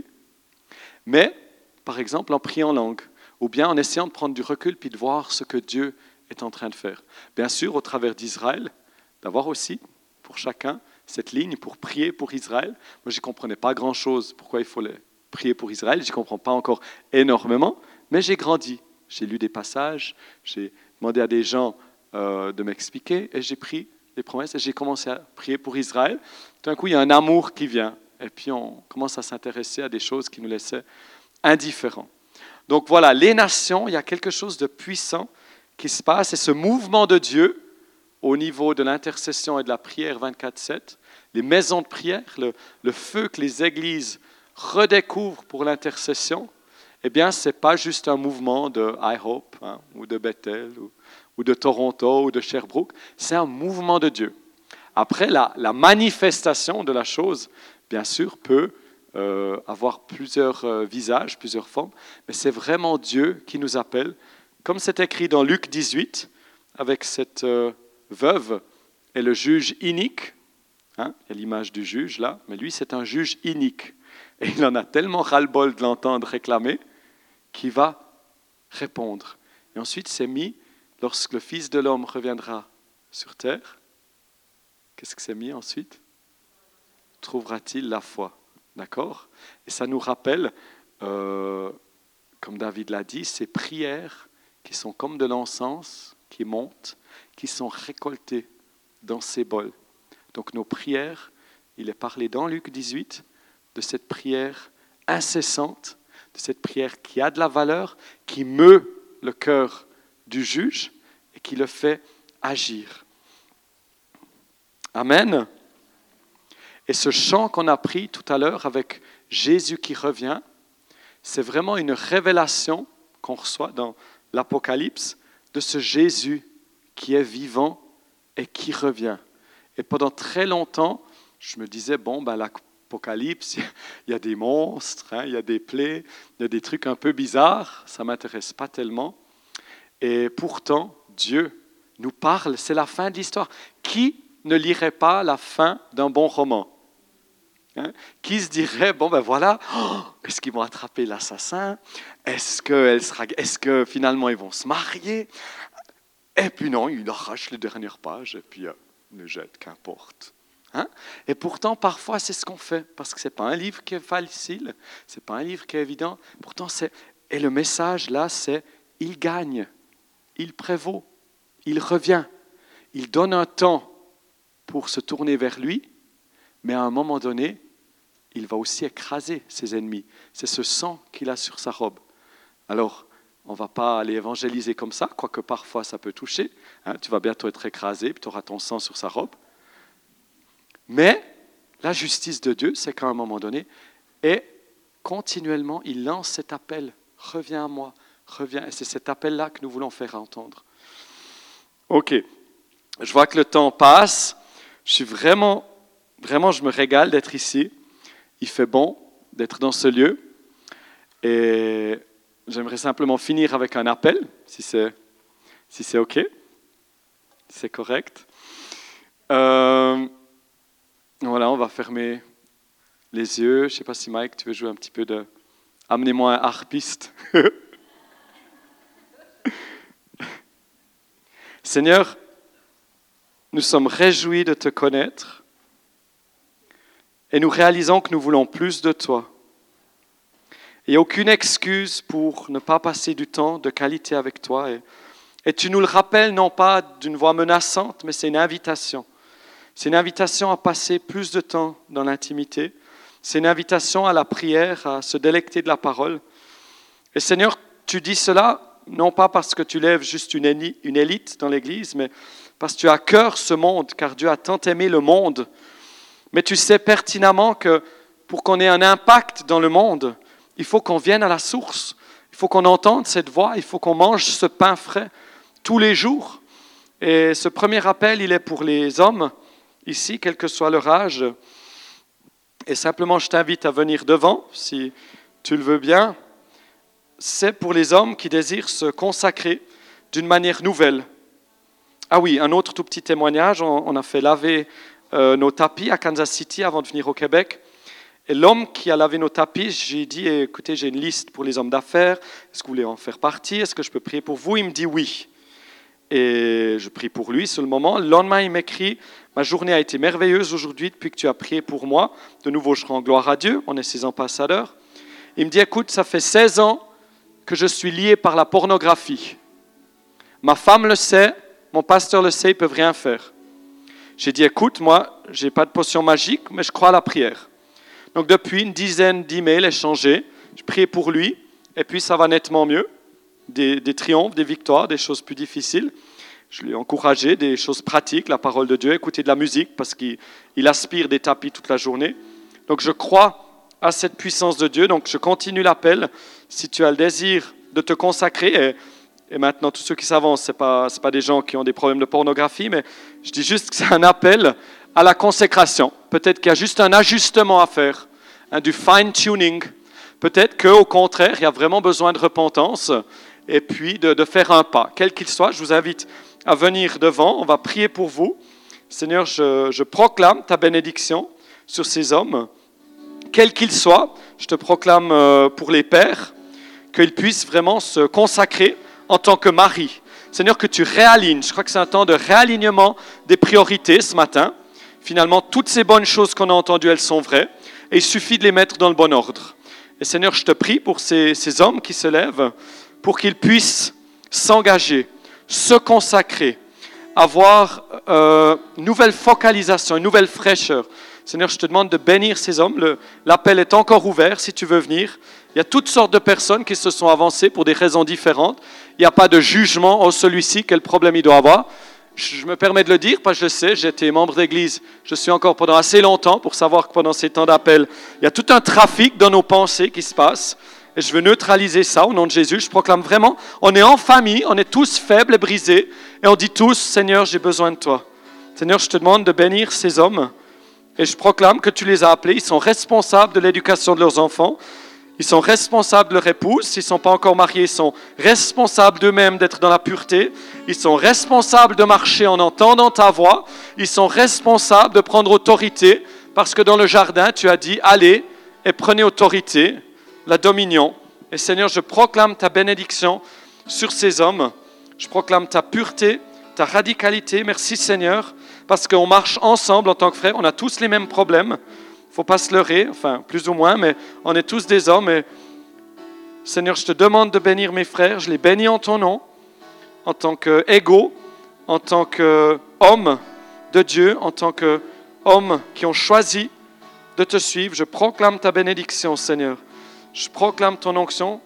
Mais, par exemple, en priant en langue, ou bien en essayant de prendre du recul puis de voir ce que Dieu est en train de faire. Bien sûr, au travers d'Israël, d'avoir aussi, pour chacun, cette ligne pour prier pour Israël. Moi, je ne comprenais pas grand-chose pourquoi il fallait prier pour Israël. Je ne comprends pas encore énormément, mais j'ai grandi. J'ai lu des passages, j'ai demandé à des gens de m'expliquer et j'ai pris les promesses et j'ai commencé à prier pour Israël. Tout d'un coup, il y a un amour qui vient et puis on commence à s'intéresser à des choses qui nous laissaient indifférents. Donc voilà, les nations, il y a quelque chose de puissant qui se passe et ce mouvement de Dieu au niveau de l'intercession et de la prière 24/7, les maisons de prière, le feu que les églises redécouvrent pour l'intercession, eh bien, ce n'est pas juste un mouvement de I Hope ou de Bethel ou de Toronto ou de Sherbrooke, c'est un mouvement de Dieu. Après, la manifestation de la chose, bien sûr, peut avoir plusieurs visages, plusieurs formes, mais c'est vraiment Dieu qui nous appelle, comme c'est écrit dans Luc 18, avec cette veuve et le juge inique. Hein, il y a l'image du juge là, mais lui c'est un juge inique. Et il en a tellement ras-le-bol de l'entendre réclamer qu'il va répondre. Et ensuite c'est mis, lorsque le Fils de l'homme reviendra sur terre, qu'est-ce que c'est mis ensuite? Trouvera-t-il la foi? D'accord? Et ça nous rappelle, comme David l'a dit, ces prières qui sont comme de l'encens, qui montent, qui sont récoltées dans ces bols. Donc nos prières, il est parlé dans Luc 18 de cette prière incessante, de cette prière qui a de la valeur, qui meut le cœur du juge et qui le fait agir. Amen. Et ce chant qu'on a pris tout à l'heure avec Jésus qui revient, c'est vraiment une révélation qu'on reçoit dans l'Apocalypse de ce Jésus qui est vivant et qui revient. Et pendant très longtemps, je me disais, l'Apocalypse, il y a des monstres, il y a des plaies, il y a des trucs un peu bizarres, ça ne m'intéresse pas tellement. Et pourtant, Dieu nous parle, c'est la fin de l'histoire. Qui ne lirait pas la fin d'un bon roman ? Qui se dirait, est-ce qu'ils vont attraper l'assassin ? Est-ce que finalement ils vont se marier ? Et puis non, il arrache les dernières pages et puis il le jette, qu'importe. Et pourtant, parfois, c'est ce qu'on fait, parce que ce n'est pas un livre qui est facile, ce n'est pas un livre qui est évident. Pourtant, et le message là, c'est il gagne, il prévaut, il revient, il donne un temps pour se tourner vers lui, mais à un moment donné, il va aussi écraser ses ennemis. C'est ce sang qu'il a sur sa robe. Alors, on ne va pas aller évangéliser comme ça, quoique parfois ça peut toucher. Tu vas bientôt être écrasé, puis tu auras ton sang sur sa robe. Mais la justice de Dieu, c'est qu'à un moment donné, et continuellement, il lance cet appel. Reviens à moi, reviens. Et c'est cet appel-là que nous voulons faire entendre. Ok, je vois que le temps passe. Je suis vraiment, je me régale d'être ici. Il fait bon d'être dans ce lieu. Et j'aimerais simplement finir avec un appel, si c'est OK, si c'est correct. Voilà, on va fermer les yeux. Je ne sais pas si Mike, tu veux jouer un petit peu de... Amenez-moi un harpiste. Seigneur, nous sommes réjouis de te connaître et nous réalisons que nous voulons plus de toi. Il n'y a aucune excuse pour ne pas passer du temps de qualité avec toi. Et tu nous le rappelles, non pas d'une voix menaçante, mais c'est une invitation. C'est une invitation à passer plus de temps dans l'intimité. C'est une invitation à la prière, à se délecter de la parole. Et Seigneur, tu dis cela, non pas parce que tu lèves juste une élite dans l'Église, mais parce que tu as à cœur ce monde, car Dieu a tant aimé le monde. Mais tu sais pertinemment que pour qu'on ait un impact dans le monde, il faut qu'on vienne à la source, il faut qu'on entende cette voix, il faut qu'on mange ce pain frais tous les jours. Et ce premier appel, il est pour les hommes, ici, quel que soit leur âge. Et simplement, je t'invite à venir devant, si tu le veux bien. C'est pour les hommes qui désirent se consacrer d'une manière nouvelle. Ah oui, un autre tout petit témoignage, on a fait laver nos tapis à Kansas City avant de venir au Québec. Et l'homme qui a lavé nos tapis, j'ai dit, écoutez, j'ai une liste pour les hommes d'affaires, est-ce que vous voulez en faire partie, est-ce que je peux prier pour vous? Il me dit oui. Et je prie pour lui sur le moment. Le lendemain, il m'écrit, ma journée a été merveilleuse aujourd'hui depuis que tu as prié pour moi. De nouveau, je rends gloire à Dieu, on est ses ambassadeurs. Il me dit, écoute, ça fait 16 ans que je suis lié par la pornographie. Ma femme le sait, mon pasteur le sait, ils ne peuvent rien faire. J'ai dit, écoute, moi, je n'ai pas de potion magique, mais je crois à la prière. Donc depuis une dizaine d'emails échangés, je priais pour lui, et puis ça va nettement mieux. Des triomphes, des victoires, des choses plus difficiles. Je l'ai encouragé, des choses pratiques, la parole de Dieu, écouter de la musique, parce qu'il aspire des tapis toute la journée. Donc je crois à cette puissance de Dieu, donc je continue l'appel. Si tu as le désir de te consacrer, et maintenant tous ceux qui s'avancent, ce n'est pas des gens qui ont des problèmes de pornographie, mais je dis juste que c'est un appel à la consécration. Peut-être qu'il y a juste un ajustement à faire, du fine-tuning. Peut-être qu'au contraire, il y a vraiment besoin de repentance et puis de faire un pas. Quel qu'il soit, je vous invite à venir devant. On va prier pour vous. Seigneur, je proclame ta bénédiction sur ces hommes. Quels qu'ils soient, je te proclame pour les pères, qu'ils puissent vraiment se consacrer en tant que mari. Seigneur, que tu réalignes. Je crois que c'est un temps de réalignement des priorités ce matin. Finalement, toutes ces bonnes choses qu'on a entendues, elles sont vraies. Et il suffit de les mettre dans le bon ordre. Et Seigneur, je te prie pour ces hommes qui se lèvent, pour qu'ils puissent s'engager, se consacrer, avoir une nouvelle focalisation, une nouvelle fraîcheur. Seigneur, je te demande de bénir ces hommes. L'appel est encore ouvert si tu veux venir. Il y a toutes sortes de personnes qui se sont avancées pour des raisons différentes. Il n'y a pas de jugement. Oh, celui-ci, quel problème il doit avoir. Je me permets de le dire parce que je sais, j'étais membre d'église, je suis encore pendant assez longtemps pour savoir que pendant ces temps d'appel, il y a tout un trafic dans nos pensées qui se passe. Et je veux neutraliser ça au nom de Jésus. Je proclame vraiment, on est en famille, on est tous faibles et brisés. Et on dit tous, Seigneur, j'ai besoin de toi. Seigneur, je te demande de bénir ces hommes. Et je proclame que tu les as appelés. Ils sont responsables de l'éducation de leurs enfants. Ils sont responsables de leur épouse. S'ils ne sont pas encore mariés, ils sont responsables d'eux-mêmes d'être dans la pureté. Ils sont responsables de marcher en entendant ta voix. Ils sont responsables de prendre autorité. Parce que dans le jardin, tu as dit, allez et prenez autorité, la dominion. Et Seigneur, je proclame ta bénédiction sur ces hommes. Je proclame ta pureté, ta radicalité. Merci Seigneur, parce qu'on marche ensemble en tant que frères. On a tous les mêmes problèmes. Il ne faut pas se leurrer, enfin plus ou moins, mais on est tous des hommes. Et Seigneur, je te demande de bénir mes frères. Je les bénis en ton nom, en tant qu'égaux, en tant qu'hommes de Dieu, en tant qu'hommes qui ont choisi de te suivre. Je proclame ta bénédiction, Seigneur. Je proclame ton onction.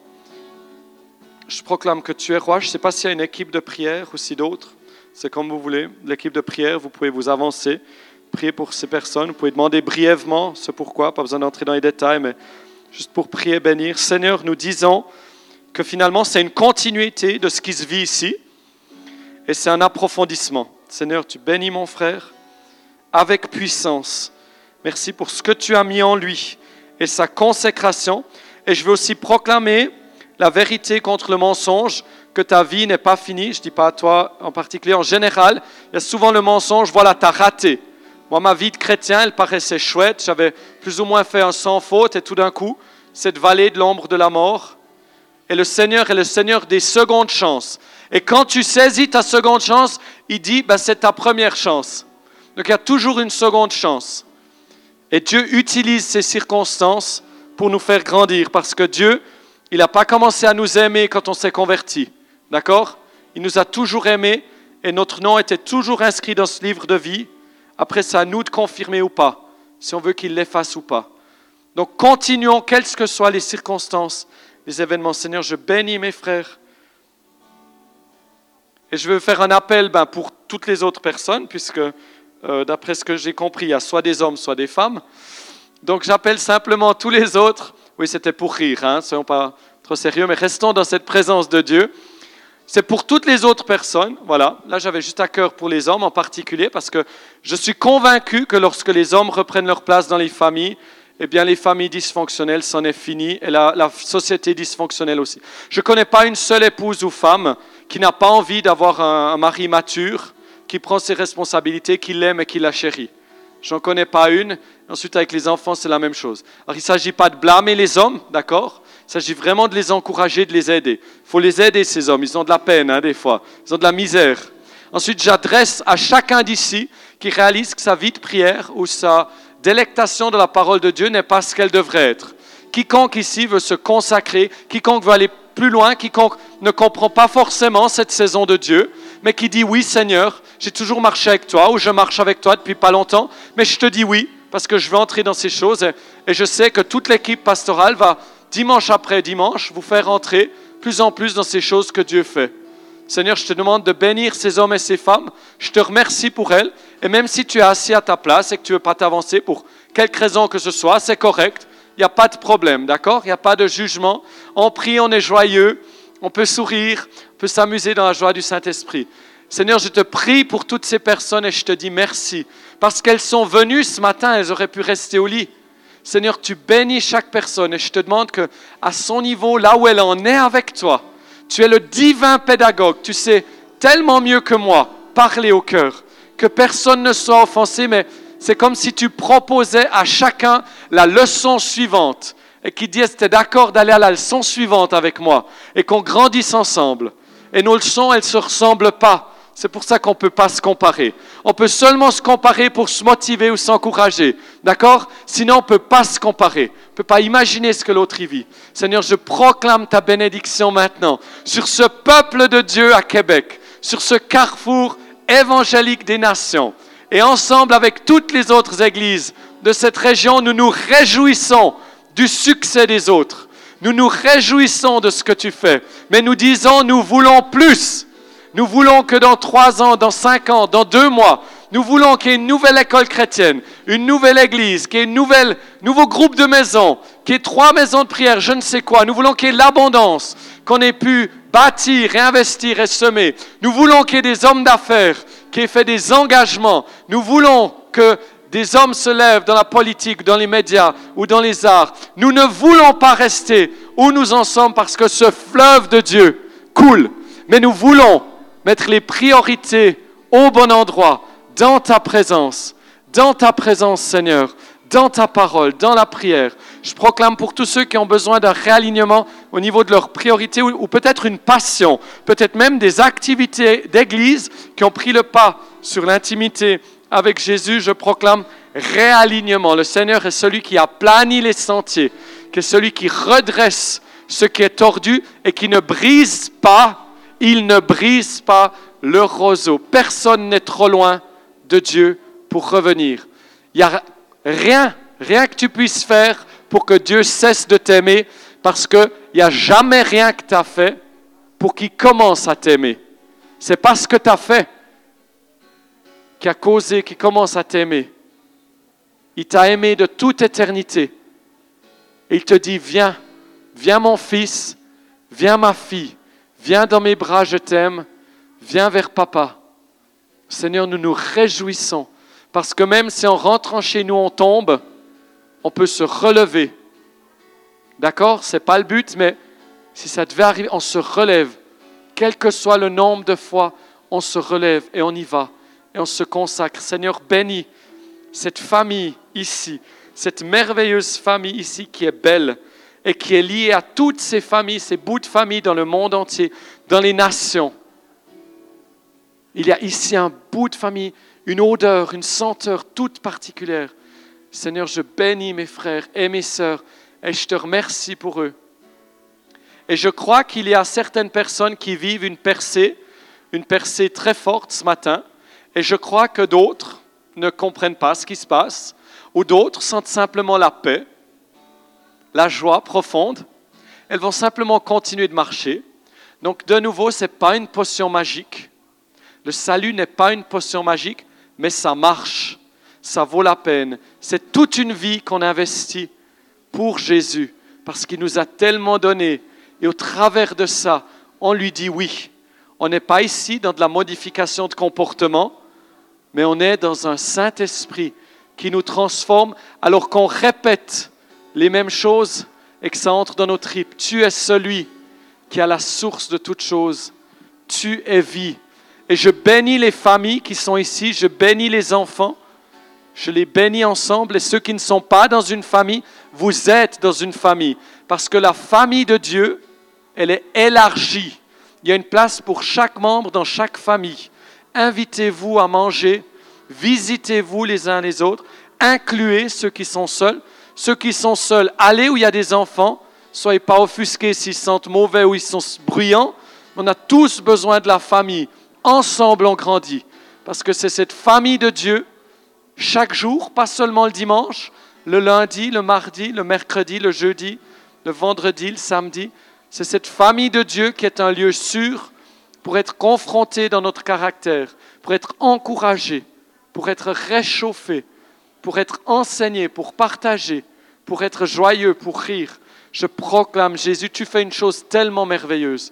Je proclame que tu es roi. Je ne sais pas s'il y a une équipe de prière ou si d'autres. C'est comme vous voulez. L'équipe de prière, vous pouvez vous avancer. Prier pour ces personnes. Vous pouvez demander brièvement ce pourquoi. Pas besoin d'entrer dans les détails, mais juste pour prier, bénir. Seigneur, nous disons que finalement, c'est une continuité de ce qui se vit ici. Et c'est un approfondissement. Seigneur, tu bénis mon frère avec puissance. Merci pour ce que tu as mis en lui et sa consécration. Et je veux aussi proclamer la vérité contre le mensonge, que ta vie n'est pas finie. Je ne dis pas à toi en particulier, en général, il y a souvent le mensonge, voilà, tu as raté. Moi, ma vie de chrétien, elle paraissait chouette. J'avais plus ou moins fait un sans faute et tout d'un coup, cette vallée de l'ombre de la mort. Et le Seigneur est le Seigneur des secondes chances. Et quand tu saisis ta seconde chance, il dit, c'est ta première chance. Donc il y a toujours une seconde chance. Et Dieu utilise ces circonstances pour nous faire grandir. Parce que Dieu, il n'a pas commencé à nous aimer quand on s'est converti. D'accord ? Il nous a toujours aimés et notre nom était toujours inscrit dans ce livre de vie. Après, c'est à nous de confirmer ou pas, si on veut qu'il l'efface ou pas. Donc, continuons, quelles que soient les circonstances, les événements. Seigneur, je bénis mes frères. Et je veux faire un appel pour toutes les autres personnes, puisque d'après ce que j'ai compris, il y a soit des hommes, soit des femmes. Donc, j'appelle simplement tous les autres. Oui, c'était pour rire, soyons pas trop sérieux, mais restons dans cette présence de Dieu. C'est pour toutes les autres personnes, voilà. Là, j'avais juste à cœur pour les hommes en particulier, parce que je suis convaincu que lorsque les hommes reprennent leur place dans les familles, eh bien, les familles dysfonctionnelles, c'en est fini, et la société dysfonctionnelle aussi. Je ne connais pas une seule épouse ou femme qui n'a pas envie d'avoir un mari mature, qui prend ses responsabilités, qui l'aime et qui la chérit. Je n'en connais pas une. Ensuite, avec les enfants, c'est la même chose. Alors, il ne s'agit pas de blâmer les hommes, d'accord ? Il s'agit vraiment de les encourager, de les aider. Il faut les aider, ces hommes. Ils ont de la peine, des fois. Ils ont de la misère. Ensuite, j'adresse à chacun d'ici qui réalise que sa vie de prière ou sa délectation de la parole de Dieu n'est pas ce qu'elle devrait être. Quiconque ici veut se consacrer, quiconque veut aller plus loin, quiconque ne comprend pas forcément cette saison de Dieu, mais qui dit oui Seigneur, j'ai toujours marché avec toi, ou je marche avec toi depuis pas longtemps, mais je te dis oui, parce que je veux entrer dans ces choses, et je sais que toute l'équipe pastorale va, dimanche après dimanche, vous faire entrer plus en plus dans ces choses que Dieu fait. Seigneur, je te demande de bénir ces hommes et ces femmes, je te remercie pour elles, et même si tu es assis à ta place et que tu ne veux pas t'avancer pour quelque raison que ce soit, c'est correct, il n'y a pas de problème, d'accord ? Il n'y a pas de jugement, on prie, on est joyeux, on peut sourire, on peut s'amuser dans la joie du Saint-Esprit. Seigneur, je te prie pour toutes ces personnes et je te dis merci. Parce qu'elles sont venues ce matin, elles auraient pu rester au lit. Seigneur, tu bénis chaque personne et je te demande qu'à son niveau, là où elle en est avec toi, tu es le divin pédagogue. Tu sais tellement mieux que moi parler au cœur, que personne ne soit offensé, mais c'est comme si tu proposais à chacun la leçon suivante et qui disait c'était d'accord d'aller à la leçon suivante avec moi et qu'on grandisse ensemble. Et nos leçons, elles ne se ressemblent pas. C'est pour ça qu'on ne peut pas se comparer. On peut seulement se comparer pour se motiver ou s'encourager. D'accord ? Sinon, on ne peut pas se comparer. On ne peut pas imaginer ce que l'autre y vit. Seigneur, je proclame ta bénédiction maintenant sur ce peuple de Dieu à Québec, sur ce carrefour évangélique des nations. Et ensemble avec toutes les autres églises de cette région, nous nous réjouissons du succès des autres. Nous nous réjouissons de ce que tu fais. Mais nous disons, nous voulons plus. Nous voulons que dans 3 ans, dans 5 ans, dans 2 mois, nous voulons qu'il y ait une nouvelle école chrétienne, une nouvelle église, qu'il y ait un nouveau groupe de maisons, qu'il y ait 3 maisons de prière, je ne sais quoi. Nous voulons qu'il y ait l'abondance, qu'on ait pu bâtir, réinvestir et semer. Nous voulons qu'il y ait des hommes d'affaires qui aient fait des engagements. Nous voulons que des hommes se lèvent dans la politique, dans les médias ou dans les arts. Nous ne voulons pas rester où nous en sommes parce que ce fleuve de Dieu coule. Mais nous voulons mettre les priorités au bon endroit, dans ta présence, Seigneur, dans ta parole, dans la prière. Je proclame pour tous ceux qui ont besoin d'un réalignement au niveau de leurs priorités ou peut-être une passion, peut-être même des activités d'église qui ont pris le pas sur l'intimité avec Jésus. Je proclame réalignement. Le Seigneur est celui qui aplanit les sentiers, qui est celui qui redresse ce qui est tordu et qui ne brise pas, il ne brise pas le roseau. Personne n'est trop loin de Dieu pour revenir. Il n'y a rien que tu puisses faire pour que Dieu cesse de t'aimer, parce qu'il n'y a jamais rien que tu as fait pour qu'il commence à t'aimer. C'est pas ce que tu as fait qui a causé qu'il commence à t'aimer. Il t'a aimé de toute éternité. Et il te dit, viens mon fils, viens ma fille, viens dans mes bras, je t'aime, viens vers papa. Seigneur, nous nous réjouissons, parce que même si en rentrant chez nous on tombe, on peut se relever. D'accord? Ce n'est pas le but, mais si ça devait arriver, on se relève. Quel que soit le nombre de fois, on se relève et on y va. Et on se consacre. Seigneur, bénis cette famille ici, cette merveilleuse famille ici qui est belle et qui est liée à toutes ces familles, ces bouts de famille dans le monde entier, dans les nations. Il y a ici un bout de famille, une odeur, une senteur toute particulière. Seigneur, je bénis mes frères et mes sœurs et je te remercie pour eux. Et je crois qu'il y a certaines personnes qui vivent une percée très forte ce matin. Et je crois que d'autres ne comprennent pas ce qui se passe, ou d'autres sentent simplement la paix, la joie profonde. Elles vont simplement continuer de marcher. Donc de nouveau, ce n'est pas une potion magique. Le salut n'est pas une potion magique, mais ça marche, ça vaut la peine. C'est toute une vie qu'on investit pour Jésus, parce qu'il nous a tellement donné. Et au travers de ça, on lui dit oui. On n'est pas ici dans de la modification de comportement, mais on est dans un Saint-Esprit qui nous transforme alors qu'on répète les mêmes choses et que ça entre dans nos tripes. Tu es celui qui a la source de toutes choses. Tu es vie. Et je bénis les familles qui sont ici, je bénis les enfants, je les bénis ensemble. Et ceux qui ne sont pas dans une famille, vous êtes dans une famille. Parce que la famille de Dieu, elle est élargie. Il y a une place pour chaque membre dans chaque famille. Invitez-vous à manger, visitez-vous les uns les autres, incluez ceux qui sont seuls. Ceux qui sont seuls, allez où il y a des enfants, soyez pas offusqués s'ils se sentent mauvais ou ils sont bruyants. On a tous besoin de la famille. Ensemble, on grandit. Parce que c'est cette famille de Dieu, chaque jour, pas seulement le dimanche, le lundi, le mardi, le mercredi, le jeudi, le vendredi, le samedi. C'est cette famille de Dieu qui est un lieu sûr pour être confronté dans notre caractère, pour être encouragé, pour être réchauffé, pour être enseigné, pour partager, pour être joyeux, pour rire. Je proclame, Jésus, tu fais une chose tellement merveilleuse.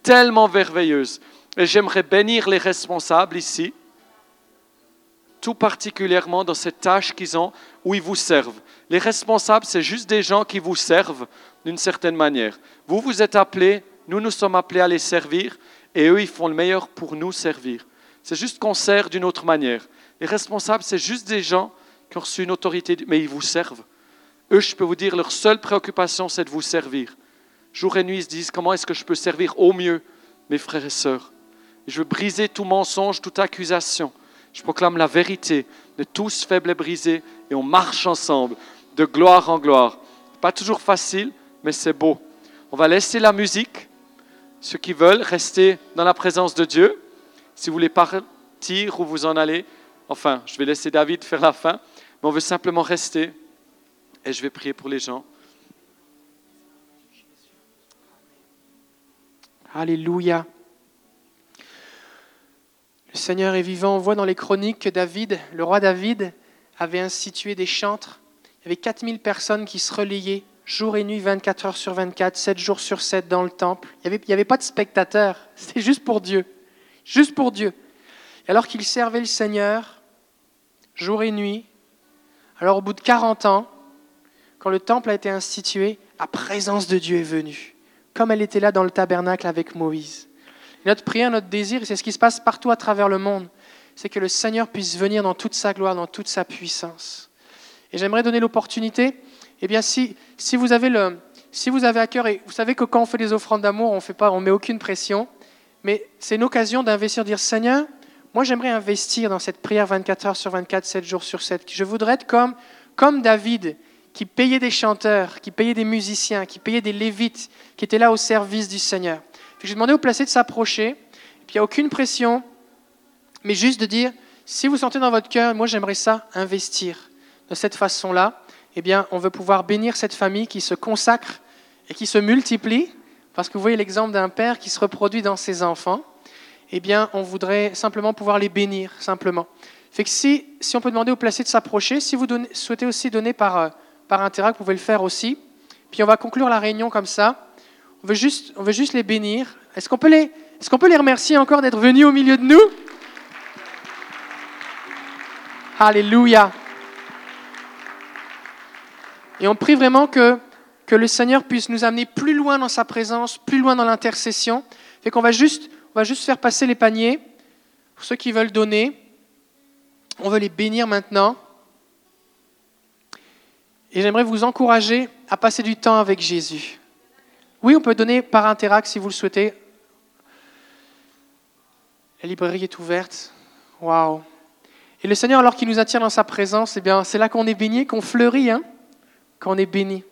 Et j'aimerais bénir les responsables ici, tout particulièrement dans cette tâche qu'ils ont, où ils vous servent. Les responsables, c'est juste des gens qui vous servent d'une certaine manière. Vous, vous êtes appelés, nous sommes appelés à les servir, et eux, ils font le meilleur pour nous servir. C'est juste qu'on sert d'une autre manière. Les responsables, c'est juste des gens qui ont reçu une autorité, mais ils vous servent. Eux, je peux vous dire, leur seule préoccupation, c'est de vous servir. Jour et nuit, ils se disent, comment est-ce que je peux servir au mieux mes frères et sœurs? Et je veux briser tout mensonge, toute accusation. Je proclame la vérité. On est tous faibles et brisés et on marche ensemble, de gloire en gloire. Pas toujours facile, mais c'est beau. On va laisser la musique. Ceux qui veulent rester dans la présence de Dieu, si vous voulez partir ou vous en aller, enfin, je vais laisser David faire la fin, mais on veut simplement rester et je vais prier pour les gens. Alléluia. Le Seigneur est vivant. On voit dans les chroniques que David, le roi David, avait institué des chantres. Il y avait 4000 personnes qui se relayaient jour et nuit, 24 heures sur 24, 7 jours sur 7 dans le temple. Il n'y avait pas de spectateurs. C'était juste pour Dieu. Juste pour Dieu. Et alors qu'ils servaient le Seigneur, jour et nuit, alors au bout de 40 ans, quand le temple a été institué, la présence de Dieu est venue, comme elle était là dans le tabernacle avec Moïse. Et notre prière, notre désir, et c'est ce qui se passe partout à travers le monde, c'est que le Seigneur puisse venir dans toute sa gloire, dans toute sa puissance. Et j'aimerais donner l'opportunité, eh bien si vous avez à cœur, et vous savez que quand on fait des offrandes d'amour, on met aucune pression, mais c'est une occasion d'investir, de dire Seigneur, moi j'aimerais investir dans cette prière 24 heures sur 24, 7 jours sur 7. Je voudrais être comme David, qui payait des chanteurs, qui payait des musiciens, qui payait des lévites, qui étaient là au service du Seigneur. J'ai demandé aux placés de s'approcher, et puis il n'y a aucune pression, mais juste de dire, si vous sentez dans votre cœur, moi j'aimerais ça, investir de cette façon-là, eh bien on veut pouvoir bénir cette famille qui se consacre et qui se multiplie, parce que vous voyez l'exemple d'un père qui se reproduit dans ses enfants, eh bien on voudrait simplement pouvoir les bénir, simplement. Fait que si on peut demander aux placés de s'approcher, si vous souhaitez aussi donner par Interact, vous pouvez le faire aussi, puis on va conclure la réunion comme ça. On veut juste les bénir. Est-ce qu'on peut les remercier encore d'être venus au milieu de nous? Alléluia. Et on prie vraiment que le Seigneur puisse nous amener plus loin dans sa présence, plus loin dans l'intercession. Fait qu'on va juste faire passer les paniers pour ceux qui veulent donner. On veut les bénir maintenant. Et j'aimerais vous encourager à passer du temps avec Jésus. Oui, on peut donner par Interact si vous le souhaitez. La librairie est ouverte. Waouh. Et le Seigneur, alors qu'il nous attire dans sa présence, eh bien, c'est là qu'on est béni, qu'on fleurit, hein, quand on est béni.